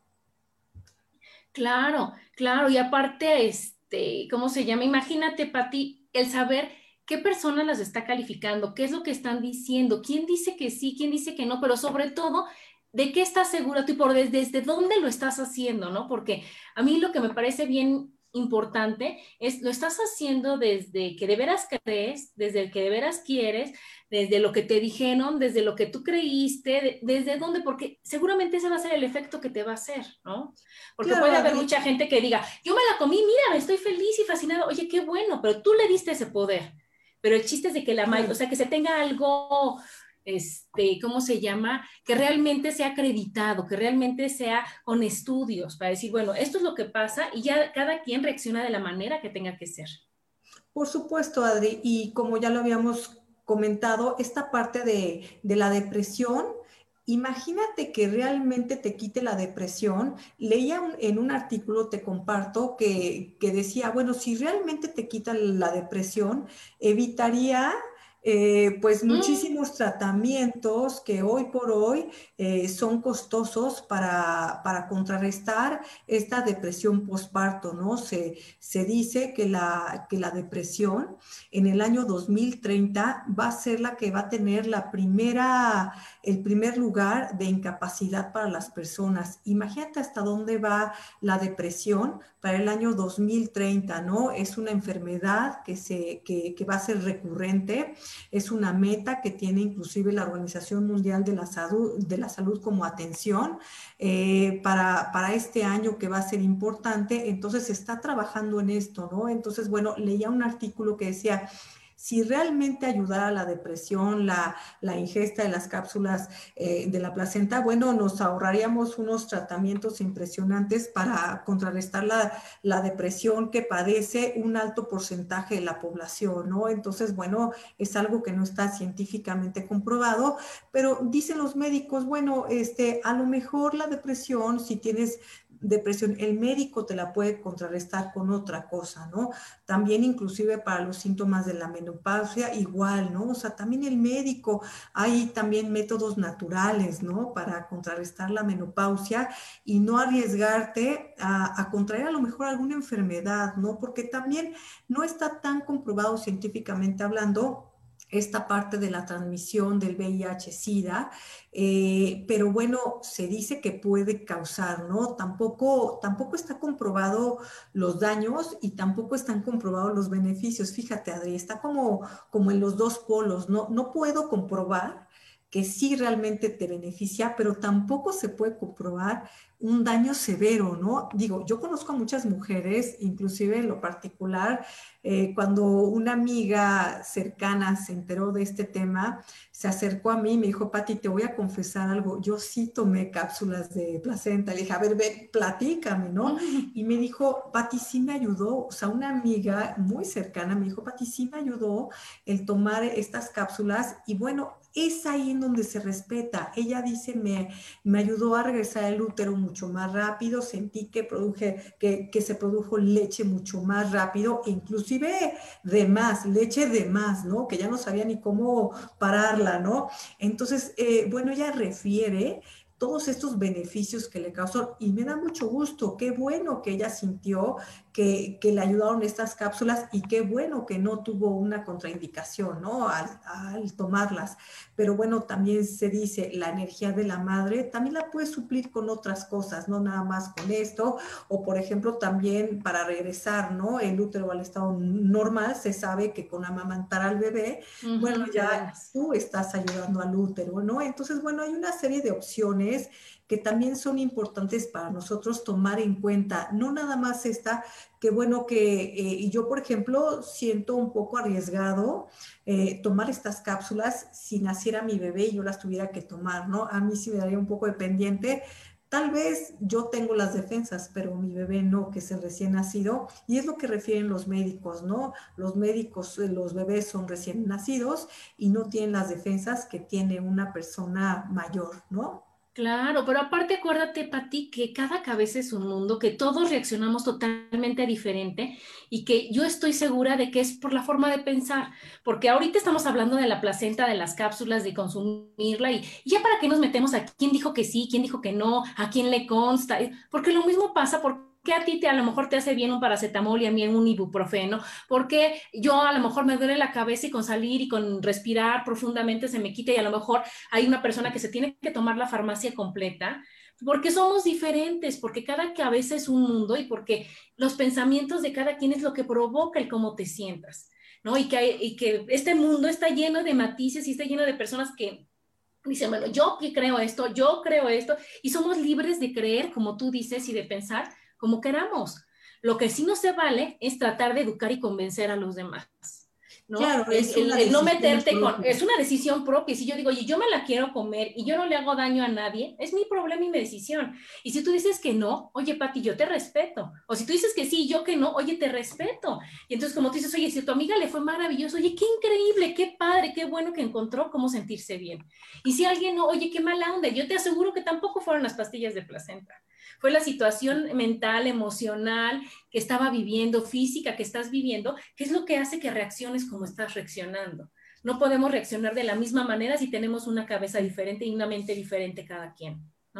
Speaker 2: Claro, claro, y aparte, este, ¿cómo se llama? Imagínate, Pati, el saber qué personas las está calificando, qué es lo que están diciendo, quién dice que sí, quién dice que no, pero sobre todo, ¿de qué estás seguro tú y por desde, desde dónde lo estás haciendo, no? Porque a mí lo que me parece bien importante es, lo estás haciendo desde que de veras crees, desde el que de veras quieres, desde lo que te dijeron, desde lo que tú creíste, de, desde dónde, porque seguramente ese va a ser el efecto que te va a hacer, ¿no? Porque claro, puede haber mucha gente que diga, yo me la comí, mira, estoy feliz y fascinada, oye, qué bueno, pero tú le diste ese poder, pero el chiste es de que la madre, o sea, que se tenga algo, este, ¿cómo se llama? Que realmente sea acreditado, que realmente sea con estudios, para decir, bueno, esto es lo que pasa y ya cada quien reacciona de la manera que tenga que ser.
Speaker 3: Por supuesto, Adri, y como ya lo habíamos comentado, esta parte de, de la depresión, imagínate que realmente te quite la depresión. Leía un, en un artículo, te comparto, que, que decía, bueno, si realmente te quita la depresión, evitaría eh, pues muchísimos tratamientos que hoy por hoy eh, son costosos para, para contrarrestar esta depresión postparto, ¿no? Se, se dice que la, que la depresión en el año dos mil treinta va a ser la que va a tener la primera, el primer lugar de incapacidad para las personas. Imagínate hasta dónde va la depresión para el año dos mil treinta, ¿no? Es una enfermedad que, se, que, que va a ser recurrente Es una meta que tiene inclusive la Organización Mundial de la Salud, de la Salud como atención eh, para, para este año que va a ser importante. Entonces se está trabajando en esto, ¿no? Entonces, bueno, leía un artículo que decía, si realmente ayudara a la depresión, la, la ingesta de las cápsulas eh, de la placenta, bueno, nos ahorraríamos unos tratamientos impresionantes para contrarrestar la, la depresión que padece un alto porcentaje de la población, ¿no? Entonces, bueno, es algo que no está científicamente comprobado, pero dicen los médicos, bueno, este, a lo mejor la depresión, si tienes depresión, el médico te la puede contrarrestar con otra cosa, ¿no? También inclusive para los síntomas de la menopausia, igual, ¿no? O sea, también el médico, hay también métodos naturales, ¿no? Para contrarrestar la menopausia y no arriesgarte a, a contraer a lo mejor alguna enfermedad, ¿no? Porque también no está tan comprobado científicamente hablando esta parte de la transmisión del V I H SIDA, eh, pero bueno, se dice que puede causar, ¿no? Tampoco, tampoco está comprobado los daños y tampoco están comprobados los beneficios. Fíjate, Adri, está como, como en los dos polos, ¿no? No puedo comprobar que sí realmente te beneficia, pero tampoco se puede comprobar un daño severo, ¿no? Digo, yo conozco a muchas mujeres, inclusive en lo particular, eh, cuando una amiga cercana se enteró de este tema, se acercó a mí y me dijo, Pati, te voy a confesar algo, yo sí tomé cápsulas de placenta. Le dije, a ver, ven, platícame, ¿no? Y me dijo, Pati, sí me ayudó, o sea, una amiga muy cercana me dijo, Pati, sí me ayudó el tomar estas cápsulas y bueno, es ahí en donde se respeta. Ella dice, me, me ayudó a regresar el útero mucho más rápido, sentí que, produje, que, que se produjo leche mucho más rápido, e inclusive de más, leche de más, ¿no? Que ya no sabía ni cómo pararla, ¿no? Entonces, eh, bueno, ella refiere todos estos beneficios que le causó y me da mucho gusto, qué bueno que ella sintió que, que le ayudaron estas cápsulas y qué bueno que no tuvo una contraindicación, ¿no? Al, al tomarlas. Pero bueno, también se dice, la energía de la madre también la puedes suplir con otras cosas, no nada más con esto, o por ejemplo también para regresar, ¿no? El útero al estado normal, se sabe que con amamantar al bebé, uh-huh, bueno, ya tú estás ayudando al útero, ¿no? Entonces, bueno, hay una serie de opciones que también son importantes para nosotros tomar en cuenta, no nada más esta, que bueno que, eh, y yo por ejemplo siento un poco arriesgado eh, tomar estas cápsulas si naciera mi bebé y yo las tuviera que tomar, ¿no? A mí sí me daría un poco de pendiente, tal vez yo tengo las defensas, pero mi bebé no, que es el recién nacido, y es lo que refieren los médicos, ¿no? Los médicos, los bebés son recién nacidos y no tienen las defensas que tiene una persona mayor, ¿no?
Speaker 2: Claro, pero aparte acuérdate, Pati, que cada cabeza es un mundo, que todos reaccionamos totalmente diferente y que yo estoy segura de que es por la forma de pensar, porque ahorita estamos hablando de la placenta, de las cápsulas, de consumirla y, y ya para qué nos metemos a quién dijo que sí, quién dijo que no, a quién le consta, porque lo mismo pasa por ¿qué a ti te, a lo mejor te hace bien un paracetamol y a mí un ibuprofeno? Porque yo a lo mejor me duele la cabeza y con salir y con respirar profundamente se me quita y a lo mejor hay una persona que se tiene que tomar la farmacia completa? Porque somos diferentes, porque cada cabeza es un mundo y porque los pensamientos de cada quien es lo que provoca el cómo te sientas, ¿no? Y que, y que este mundo está lleno de matices y está lleno de personas que dicen, bueno, yo creo esto, yo creo esto, y somos libres de creer, como tú dices, y de pensar como queramos. Lo que sí no se vale es tratar de educar y convencer a los demás, ¿no?
Speaker 3: Claro,
Speaker 2: es,
Speaker 3: es
Speaker 2: el,
Speaker 3: una
Speaker 2: el no meterte
Speaker 3: propia.
Speaker 2: con, es una decisión propia. Si yo digo, oye, yo me la quiero comer y yo no le hago daño a nadie, es mi problema y mi decisión. Y si tú dices que no, oye, Pati, yo te respeto. O si tú dices que sí, yo que no, oye, te respeto. Y entonces como tú dices, oye, si a tu amiga le fue maravilloso, oye, qué increíble, qué padre, qué bueno que encontró cómo sentirse bien. Y si alguien no, oye, qué mala onda, yo te aseguro que tampoco fueron las pastillas de placenta. Fue la situación mental, emocional que estaba viviendo, física que estás viviendo, que es lo que hace que reacciones como estás reaccionando. No podemos reaccionar de la misma manera si tenemos una cabeza diferente y una mente diferente cada quien, ¿no?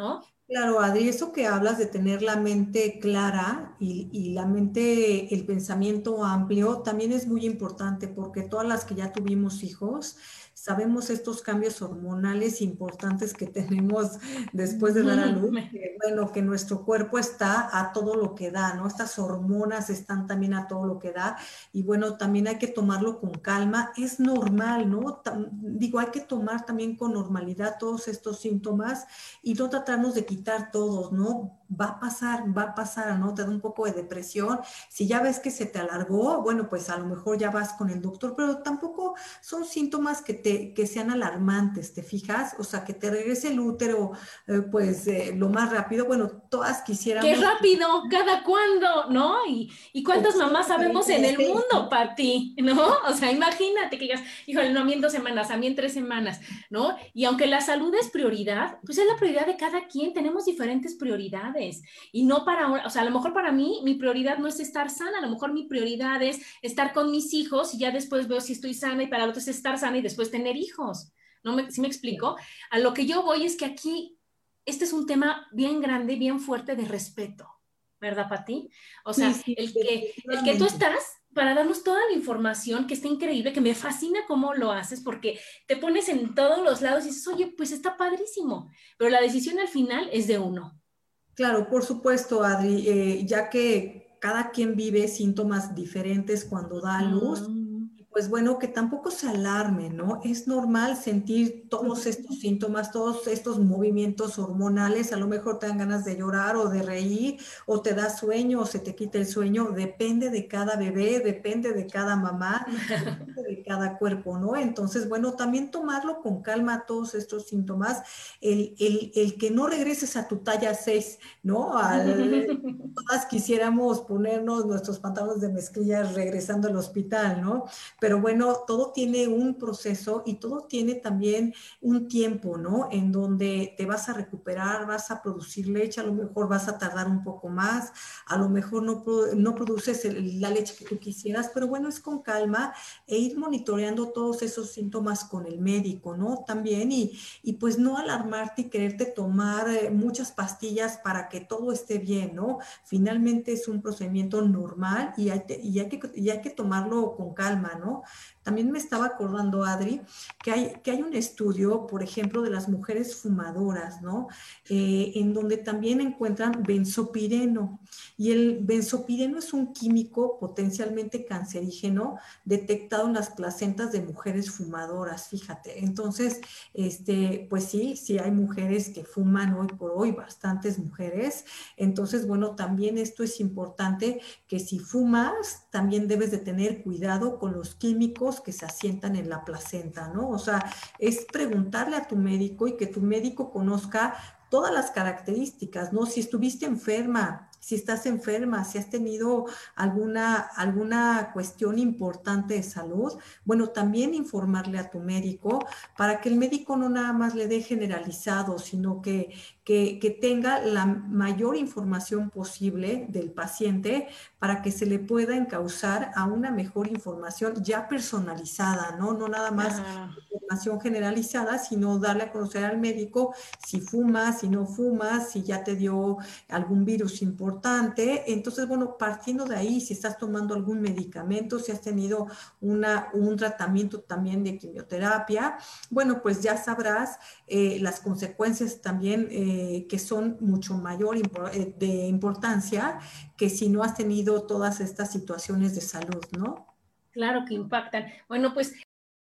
Speaker 3: Claro, Adri, eso que hablas de tener la mente clara y, y la mente, el pensamiento amplio, también es muy importante porque todas las que ya tuvimos hijos, sabemos estos cambios hormonales importantes que tenemos después de dar a luz, que, bueno, que nuestro cuerpo está a todo lo que da, ¿no? Estas hormonas están también a todo lo que da y bueno, también hay que tomarlo con calma, es normal, ¿no? Tam- digo, hay que tomar también con normalidad todos estos síntomas y no tratarnos de quitar todos, ¿no? Va a pasar, va a pasar, ¿no? Te da un poco de depresión. Si ya ves que se te alargó, bueno, pues a lo mejor ya vas con el doctor, pero tampoco son síntomas que, te, que sean alarmantes, ¿te fijas? O sea, que te regrese el útero, eh, pues eh, lo más rápido. Bueno, todas
Speaker 2: Qué
Speaker 3: quisiéramos...
Speaker 2: rápido, cada cuándo, ¿no? Y, y cuántas mamás sabemos en el
Speaker 3: seis,
Speaker 2: mundo,
Speaker 3: ¿no?
Speaker 2: Pati, ¿no? O sea, imagínate que digas, híjole, no, a mí en dos semanas, a mí en tres semanas, ¿no? Y aunque la salud es prioridad, pues es la prioridad de cada quien, tenemos diferentes prioridades. Y no para, o sea, a lo mejor para mí, mi prioridad no es estar sana, a lo mejor mi prioridad es estar con mis hijos y ya después veo si estoy sana y para el otro es estar sana y después tener hijos. ¿No me, ¿sí me explico? A lo que yo voy es que aquí este es un tema bien grande, bien fuerte de respeto, ¿verdad, Pati? O
Speaker 3: Sí,
Speaker 2: sea,
Speaker 3: sí,
Speaker 2: el que, el que tú
Speaker 3: definitivamente.
Speaker 2: estás para darnos toda la información, que está increíble, que me fascina cómo lo haces, porque te pones en todos los lados y dices, oye, pues está padrísimo, pero la decisión al final es de uno.
Speaker 3: Claro, por supuesto, Adri, eh, ya que cada quien vive síntomas diferentes cuando da a luz,
Speaker 2: Mm.
Speaker 3: y pues bueno, que tampoco se alarme, ¿no? Es normal sentir todos estos síntomas, todos estos movimientos hormonales, a lo mejor te dan ganas de llorar o de reír, o te da sueño o se te quita el sueño, depende de cada bebé, depende de cada mamá, depende de cada cuerpo, ¿no? Entonces, bueno, también tomarlo con calma todos estos síntomas, el, el, el que no regreses a tu talla seis, ¿no? Al, todas quisiéramos ponernos nuestros pantalones de mezclilla regresando al hospital, ¿no? Pero bueno, todo tiene un proceso y todo tiene también un tiempo, ¿no? En donde te vas a recuperar, vas a producir leche, a lo mejor vas a tardar un poco más, a lo mejor no, no produces el, la leche que tú quisieras, pero bueno, es con calma e ir monitoreando todos esos síntomas con el médico, ¿no? También y, y pues no alarmarte y quererte tomar eh, muchas pastillas para que todo esté bien, ¿no? Finalmente es un procedimiento normal y hay, te, y hay, que, y hay que tomarlo con calma, ¿no? También me estaba acordando, Adri, que hay, que hay un estudio, por ejemplo, de las mujeres fumadoras, ¿no? Eh, en donde también encuentran benzopireno. Y el benzopireno es un químico potencialmente cancerígeno detectado en las placentas de mujeres fumadoras, fíjate. Entonces, este, pues sí, sí hay mujeres que fuman hoy por hoy, bastantes mujeres. Entonces, bueno, también esto es importante, que si fumas, también debes de tener cuidado con los químicos que se asientan en la placenta, ¿no? O sea, es preguntarle a tu médico y que tu médico conozca todas las características, ¿no? Si estuviste enferma, si estás enferma, si has tenido alguna, alguna cuestión importante de salud, bueno, también informarle a tu médico para que el médico no nada más le dé generalizado, sino que, que, que tenga la mayor información posible del paciente para que se le pueda encauzar a una mejor información ya personalizada, ¿no? No nada más
Speaker 2: Ah,
Speaker 3: información generalizada, sino darle a conocer al médico si fumas, si no fumas, si ya te dio algún virus importante. Entonces, bueno, partiendo de ahí, si estás tomando algún medicamento, si has tenido una, un tratamiento también de quimioterapia, bueno, pues ya sabrás eh, las consecuencias también eh, que son mucho mayor impor eh, de importancia que si no has tenido todas estas situaciones de salud, ¿no?
Speaker 2: claro que impactan. Bueno, pues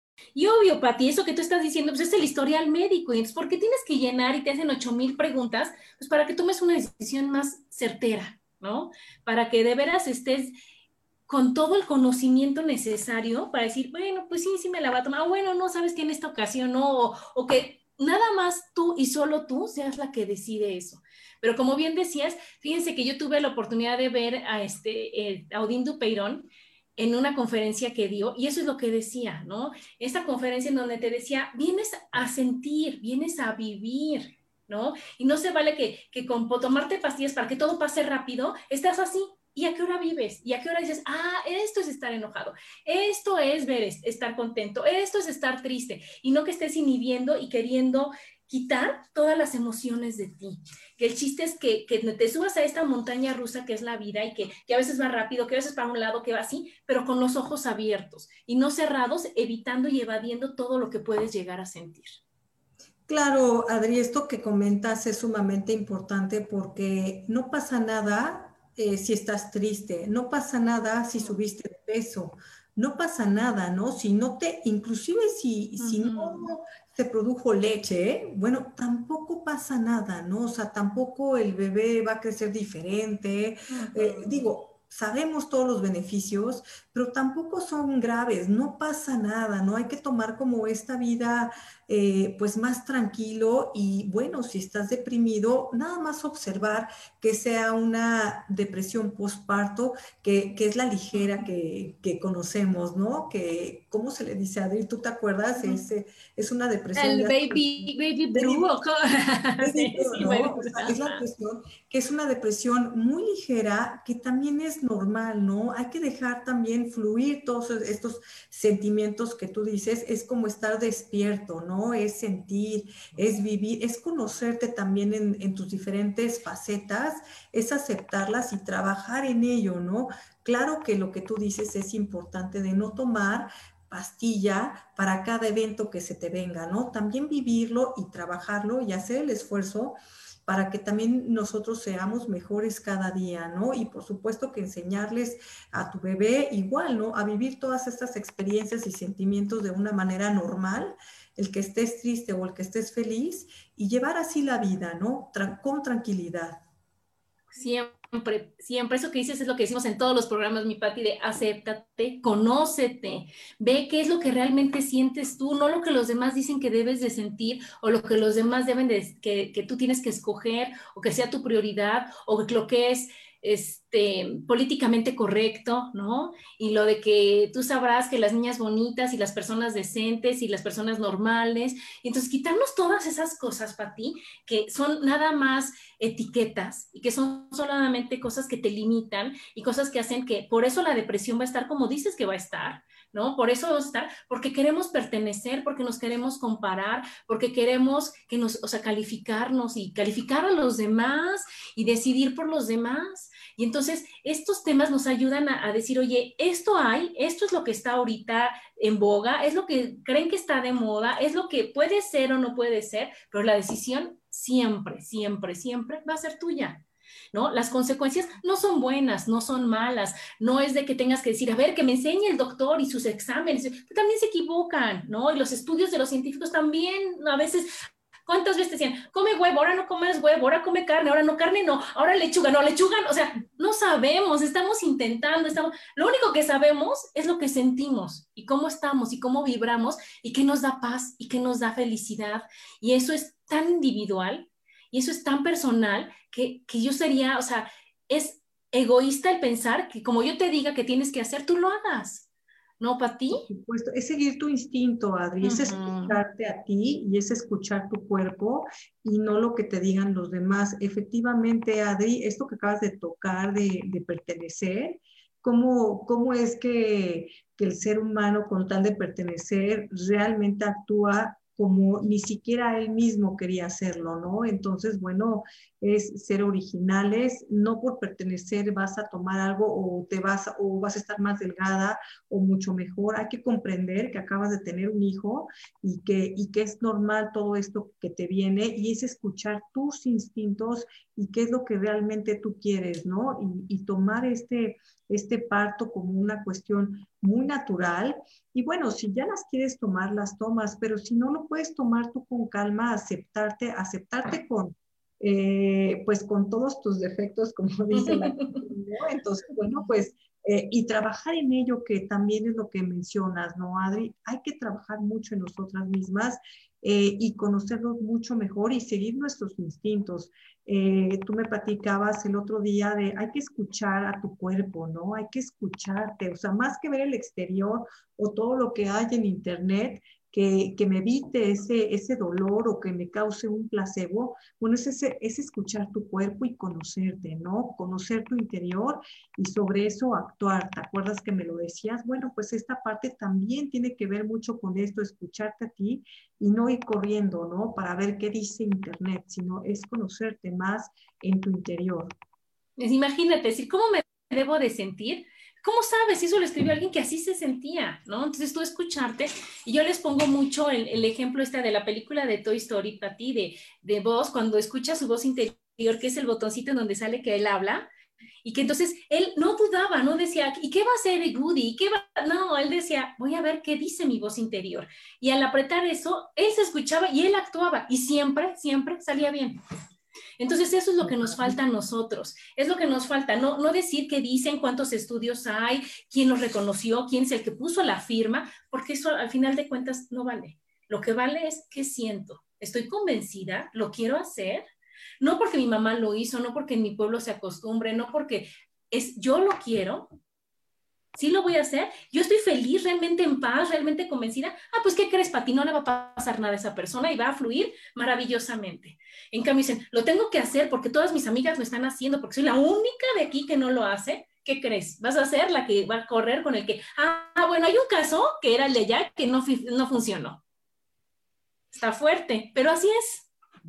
Speaker 2: y obvio, Pati, eso que tú estás diciendo, pues es el historial médico. Y entonces, ¿por qué tienes que llenar y te hacen ocho mil preguntas? Pues para que tomes una decisión más certera, ¿no? Para que de veras estés con todo el conocimiento necesario para decir, bueno, pues sí, sí me la va a tomar. O bueno, no, sabes que en esta ocasión no. O, o que nada más tú y solo tú seas la que decide eso. Pero como bien decías, fíjense que yo tuve la oportunidad de ver a, este, eh, a Odín Dupeirón en una conferencia que dio, y eso es lo que decía, ¿no? Esta conferencia en donde te decía, vienes a sentir, vienes a vivir, ¿no? Y no se vale que, que con tomarte pastillas para que todo pase rápido, estás así. ¿Y a qué hora vives? ¿Y a qué hora dices, ah, esto es estar enojado, esto es ver, estar contento, esto es estar triste? Y no que estés inhibiendo y queriendo quitar todas las emociones de ti. Que el chiste es que, que te subas a esta montaña rusa que es la vida y que, que a veces va rápido, que a veces para un lado, que va así, pero con los ojos abiertos y no cerrados, evitando y evadiendo todo lo que puedes llegar a sentir.
Speaker 3: Claro, Adri, esto que comentas es sumamente importante porque no pasa nada eh, si estás triste, no pasa nada si subiste de peso, no pasa nada, ¿no? Si no te, inclusive si, uh-huh. si no se produjo leche, bueno, tampoco pasa nada, ¿no? O sea, tampoco el bebé va a crecer diferente. Uh-huh. Eh, digo, sabemos todos los beneficios, pero tampoco son graves, no pasa nada, ¿no? Hay que tomar como esta vida eh, pues más tranquilo y bueno, si estás deprimido, nada más observar que sea una depresión postparto, que, que es la ligera que, que conocemos, ¿no? Que, ¿cómo se le dice, Adri? ¿Tú te acuerdas? Es, es una depresión.
Speaker 2: El baby, baby blue.
Speaker 3: Sí, sí, ¿no? O sea, es la cuestión que es una depresión muy ligera que también es normal, ¿no? Hay que dejar también fluir todos estos sentimientos que tú dices, es como estar despierto, ¿no? Es sentir, es vivir, es conocerte también en, en tus diferentes facetas, es aceptarlas y trabajar en ello, ¿no? Claro que lo que tú dices es importante de no tomar pastilla para cada evento que se te venga, ¿no? También vivirlo y trabajarlo y hacer el esfuerzo para que también nosotros seamos mejores cada día, ¿no? Y por supuesto que enseñarles a tu bebé igual, ¿no? A vivir todas estas experiencias y sentimientos de una manera normal, el que estés triste o el que estés feliz, y llevar así la vida, ¿no? Tra- con tranquilidad.
Speaker 2: Siempre, siempre, eso que dices es lo que decimos en todos los programas, mi Pati, de acéptate, conócete, ve qué es lo que realmente sientes tú, no lo que los demás dicen que debes de sentir o lo que los demás deben de, que, que tú tienes que escoger o que sea tu prioridad o lo que es este, políticamente correcto, ¿no? Y lo de que tú sabrás que las niñas bonitas y las personas decentes y las personas normales, y entonces quitarnos todas esas cosas, Pati, que son nada más etiquetas y que son solamente cosas que te limitan y cosas que hacen que, por eso la depresión va a estar como dices que va a estar, ¿no? Por eso vamos a estar, porque queremos pertenecer, porque nos queremos comparar, porque queremos que nos, o sea, calificarnos y calificar a los demás y decidir por los demás. Y entonces estos temas nos ayudan a, a decir, oye, esto hay, esto es lo que está ahorita en boga, es lo que creen que está de moda, es lo que puede ser o no puede ser, pero la decisión siempre, siempre, siempre va a ser tuya, ¿no? Las consecuencias no son buenas, no son malas, no es de que tengas que decir, a ver, que me enseñe el doctor y sus exámenes, que también se equivocan, ¿no? Y los estudios de los científicos también a veces... ¿Cuántas veces te decían, come huevo, ahora no comes huevo, ahora come carne, ahora no carne, no, ahora lechuga, no, lechuga, o sea, no sabemos, estamos intentando, estamos, lo único que sabemos es lo que sentimos y cómo estamos y cómo vibramos y qué nos da paz y qué nos da felicidad, y eso es tan individual y eso es tan personal que, que yo sería, o sea, es egoísta el pensar que como yo te diga que tienes que hacer, tú lo hagas. ¿No, Pati?
Speaker 3: Por supuesto, es seguir tu instinto, Adri, uh-huh. Es escucharte a ti y es escuchar tu cuerpo y no lo que te digan los demás. Efectivamente, Adri, esto que acabas de tocar, de, de pertenecer, ¿cómo, cómo es que, que el ser humano con tal de pertenecer realmente actúa como ni siquiera él mismo quería hacerlo, ¿no? Entonces, bueno, es ser originales, no por pertenecer vas a tomar algo o te vas, o vas a estar más delgada o mucho mejor. Hay que comprender que acabas de tener un hijo y que, y que es normal todo esto que te viene y es escuchar tus instintos y qué es lo que realmente tú quieres, ¿no? Y, y tomar este, este parto como una cuestión muy natural. Y bueno, si ya las quieres tomar, las tomas, pero si no lo puedes tomar tú con calma, aceptarte, aceptarte con, eh, pues con todos tus defectos, como dice la ¿no? Entonces, bueno, pues, eh, y trabajar en ello, que también es lo que mencionas, ¿no, Adri? Hay que trabajar mucho en nosotras mismas eh, y conocernos mucho mejor y seguir nuestros instintos. Eh, tú me platicabas el otro día de hay que escuchar a tu cuerpo, ¿no? Hay que escucharte, o sea, más que ver el exterior o todo lo que hay en internet, que, que me evite ese, ese dolor o que me cause un placebo, bueno, es, ese, es escuchar tu cuerpo y conocerte, ¿no? Conocer tu interior y sobre eso actuar. ¿Te acuerdas que me lo decías? Bueno, pues esta parte también tiene que ver mucho con esto, escucharte a ti y no ir corriendo, ¿no? Para ver qué dice Internet, sino es conocerte más en tu interior.
Speaker 2: Imagínate, decir, ¿cómo me debo de sentir? ¿Cómo sabes si eso lo escribió alguien que así se sentía, ¿no? Entonces tú escucharte, y yo les pongo mucho el, el ejemplo este de la película de Toy Story, Patty, de, de voz, cuando escucha su voz interior, que es el botoncito en donde sale que él habla, y que entonces él no dudaba, no decía, ¿y qué va a hacer Woody? ¿Y qué va? No, él decía, voy a ver qué dice mi voz interior. Y al apretar eso, él se escuchaba y él actuaba, y siempre, siempre salía bien. Entonces eso es lo que nos falta a nosotros, es lo que nos falta, no, no decir qué dicen, cuántos estudios hay, quién los reconoció, quién es el que puso la firma, porque eso al final de cuentas no vale. Lo que vale es qué siento, estoy convencida, lo quiero hacer, no porque mi mamá lo hizo, no porque en mi pueblo se acostumbre, no porque es yo lo quiero. Sí lo voy a hacer, yo estoy feliz, realmente en paz, realmente convencida. Ah, pues ¿qué crees, Pati? No le va a pasar nada a esa persona y va a fluir maravillosamente. En cambio dicen, lo tengo que hacer porque todas mis amigas lo están haciendo, porque soy la única de aquí que no lo hace. ¿Qué crees? Vas a ser la que va a correr con el que, ah, bueno, hay un caso que era el de allá que no, no funcionó. Está fuerte, pero así es.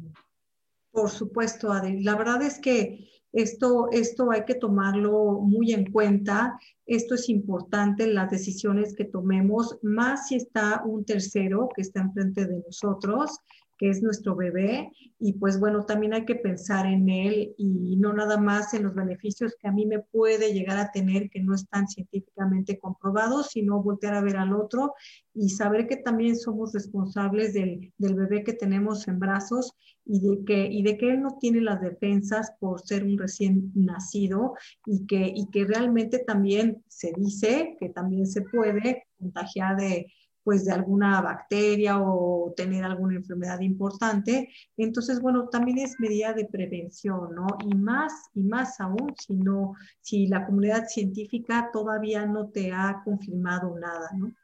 Speaker 3: Por supuesto, Adri. La verdad es que Esto, esto hay que tomarlo muy en cuenta. Esto es importante, las decisiones que tomemos, más si está un tercero que está enfrente de nosotros, que es nuestro bebé, y pues bueno, también hay que pensar en él y no nada más en los beneficios que a mí me puede llegar a tener, que no están científicamente comprobados, sino voltear a ver al otro y saber que también somos responsables del, del bebé que tenemos en brazos y de, que, y de que él no tiene las defensas por ser un recién nacido y que, y que realmente también se dice que también se puede contagiar de pues de alguna bacteria o tener alguna enfermedad importante. Entonces, bueno, también es medida de prevención, ¿no? Y más, y más aún si no, si la comunidad científica todavía no te ha confirmado nada, ¿no?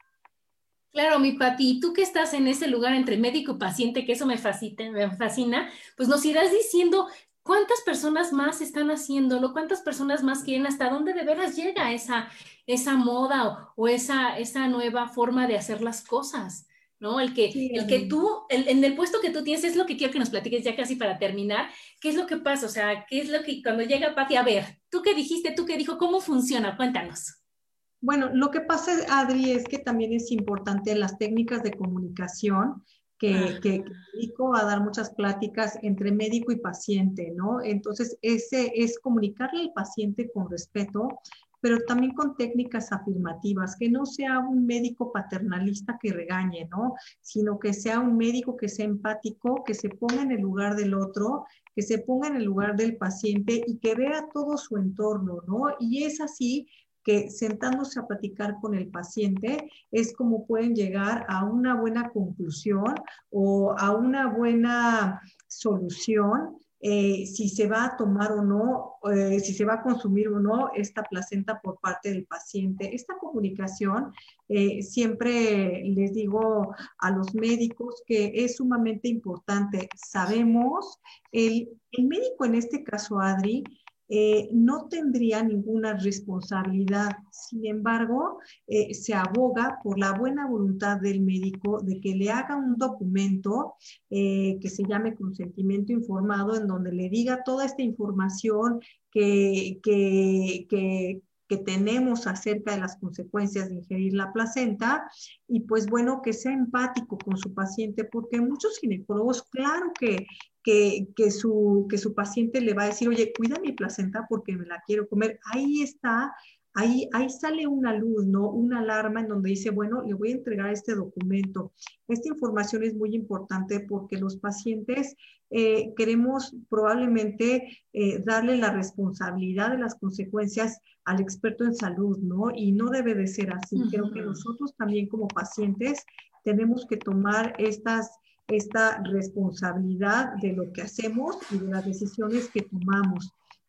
Speaker 2: Claro, mi Pati, tú que estás en ese lugar entre médico y paciente, que eso me fascina, me fascina, pues nos irás diciendo cuántas personas más están haciéndolo, cuántas personas más quieren, hasta dónde de veras llega esa, esa moda o, o esa, esa nueva forma de hacer las cosas, ¿no? El que,
Speaker 3: Sí,
Speaker 2: el que tú, el, en el puesto que tú tienes, es lo que quiero que nos platiques ya casi para terminar. ¿Qué es lo que pasa? O sea, ¿qué es lo que cuando llega Pati? A ver, ¿tú qué dijiste? ¿Tú qué dijo? ¿Cómo funciona? Cuéntanos.
Speaker 3: Bueno, lo que pasa, Adri, es que también es importante las técnicas de comunicación que,
Speaker 2: Ah.
Speaker 3: que, que dedico a dar muchas pláticas entre médico y paciente, ¿no? Entonces, ese es comunicarle al paciente con respeto, pero también con técnicas afirmativas, que no sea un médico paternalista que regañe, ¿no? Sino que sea un médico que sea empático, que se ponga en el lugar del otro, que se ponga en el lugar del paciente y que vea todo su entorno, ¿no? Y es así que sentándose a platicar con el paciente es como pueden llegar a una buena conclusión o a una buena solución, eh, si se va a tomar o no, eh, si se va a consumir o no esta placenta por parte del paciente. Esta comunicación, eh, siempre les digo a los médicos que es sumamente importante. Sabemos, el, el médico en este caso, Adri, Eh, no tendría ninguna responsabilidad. Sin embargo, eh, se aboga por la buena voluntad del médico de que le haga un documento eh, que se llame consentimiento informado, en donde le diga toda esta información que, que, que que tenemos acerca de las consecuencias de ingerir la placenta y pues bueno, que sea empático con su paciente, porque muchos ginecólogos, claro que, que, que, su, que su paciente le va a decir, oye, cuida mi placenta porque me la quiero comer. Ahí está, ahí, ahí sale una luz, ¿no? Una alarma en donde dice, bueno, le voy a entregar este documento. Esta información es muy importante porque los pacientes eh, queremos probablemente eh, darle la responsabilidad de las consecuencias al experto en salud, ¿no? Y no debe de ser así. Uh-huh. Creo que nosotros también como pacientes tenemos que tomar estas, esta responsabilidad de lo que hacemos y de las decisiones que tomamos.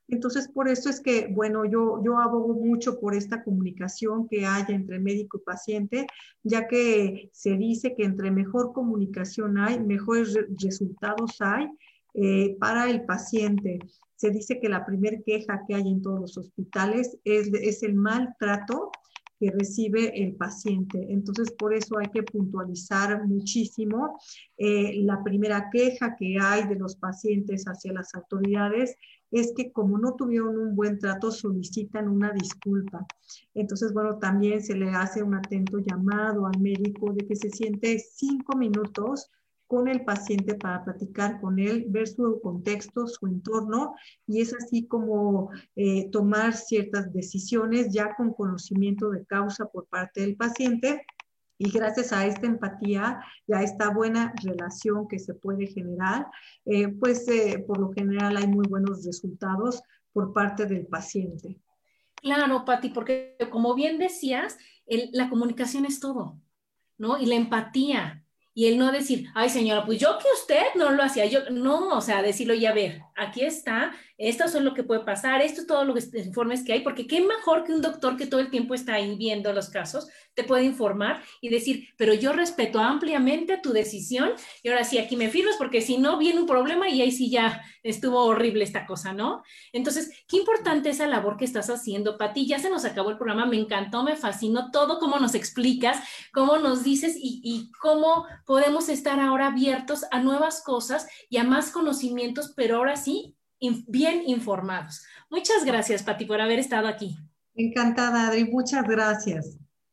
Speaker 3: Entonces, por eso es que, bueno, yo, yo abogo mucho por esta comunicación que haya entre médico y paciente, ya que se dice que entre mejor comunicación hay, mejores re- resultados hay eh, para el paciente. Se dice que la primer queja que hay en todos los hospitales es, es el maltrato que recibe el paciente. Entonces, por eso hay que puntualizar muchísimo eh, la primera queja que hay de los pacientes hacia las autoridades es que como no tuvieron un buen trato, solicitan una disculpa. Entonces, bueno, también se le hace un atento llamado al médico de que se siente cinco minutos con el paciente para platicar con él, ver su contexto, su entorno, y es así como eh, tomar ciertas decisiones ya con conocimiento de causa por parte del paciente. Y gracias a esta empatía y a esta buena relación que se puede generar, eh, pues eh, por lo general hay muy buenos resultados por parte del paciente.
Speaker 2: Claro, Pati, porque como bien decías, el, la comunicación es todo, ¿no? Y la empatía. Y el no decir, ay señora, pues yo que usted no lo hacía, yo no, o sea, decirlo y a ver, aquí está, esto es lo que puede pasar, esto es todo los informes que hay, porque qué mejor que un doctor que todo el tiempo está ahí viendo los casos, te puede informar y decir, pero yo respeto ampliamente tu decisión y ahora sí, aquí me firmas porque si no viene un problema y ahí sí ya estuvo horrible esta cosa, ¿no? Entonces, qué importante esa labor que estás haciendo, Pati, ya se nos acabó el programa, me encantó, me fascinó todo, cómo nos explicas, cómo nos dices y, y cómo podemos estar ahora abiertos a nuevas cosas y a más conocimientos, pero ahora sí, in, bien informados. Muchas gracias, Pati, por haber estado aquí.
Speaker 3: Encantada, Adri, muchas gracias.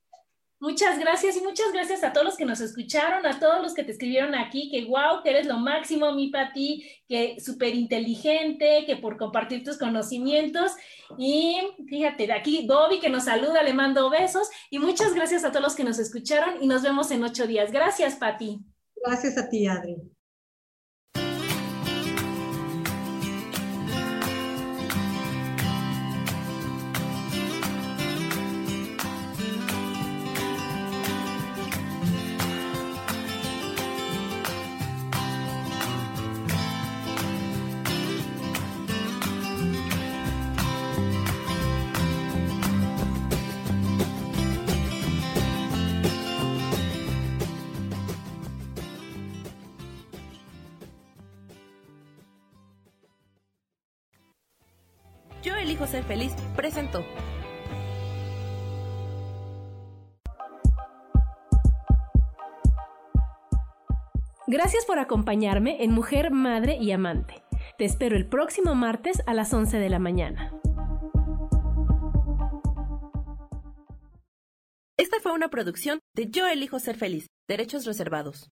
Speaker 2: Muchas gracias y muchas gracias a todos los que nos escucharon, a todos los que te escribieron aquí, que wow, que eres lo máximo, mi Pati, que súper inteligente, que por compartir tus conocimientos. Y fíjate, de aquí Bobby que nos saluda, le mando besos y muchas gracias a todos los que nos escucharon y nos vemos en ocho días. Gracias, Pati.
Speaker 3: Gracias a ti, Adri.
Speaker 1: Yo elijo ser feliz presentó. Gracias por acompañarme en Mujer, Madre y Amante. Te espero el próximo martes a las once de la mañana. Esta fue una producción de Yo elijo ser feliz. Derechos reservados.